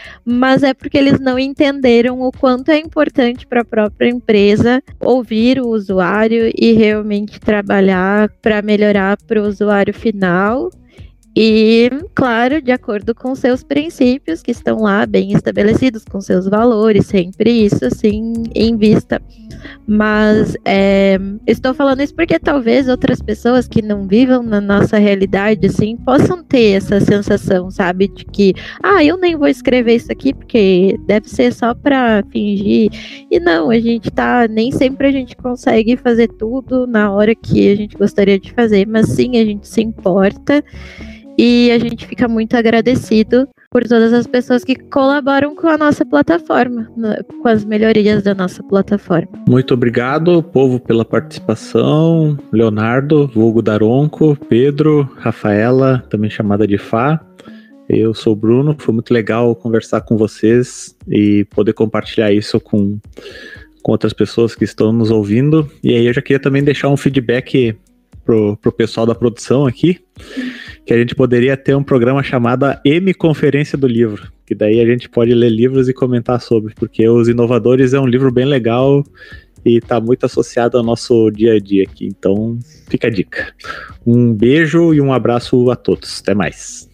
mas é porque eles não entenderam o quanto é importante para a própria empresa ouvir o usuário e realmente trabalhar para melhorar para o usuário final E, claro, de acordo com seus princípios, que estão lá bem estabelecidos, com seus valores, sempre isso, assim, em vista. Mas é, estou falando isso porque talvez outras pessoas que não vivam na nossa realidade, assim, possam ter essa sensação, sabe? De que, ah, eu nem vou escrever isso aqui porque deve ser só para fingir. E não, a gente tá, nem sempre a gente consegue fazer tudo na hora que a gente gostaria de fazer, mas sim, a gente se importa. E a gente fica muito agradecido por todas as pessoas que colaboram com a nossa plataforma, com as melhorias da nossa plataforma. Muito obrigado, povo, pela participação. Leonardo, vulgo Daronco, Pedro, Rafaela, também chamada de Fá. Eu sou o Bruno, foi muito legal conversar com vocês e poder compartilhar isso com, com outras pessoas que estão nos ouvindo. E aí eu já queria também deixar um feedback pro, pro pessoal da produção aqui, que a gente poderia ter um programa chamado M Conferência do Livro, que daí a gente pode ler livros e comentar sobre, porque Os Inovadores é um livro bem legal e está muito associado ao nosso dia a dia aqui, então fica a dica. Um beijo e um abraço a todos, até mais.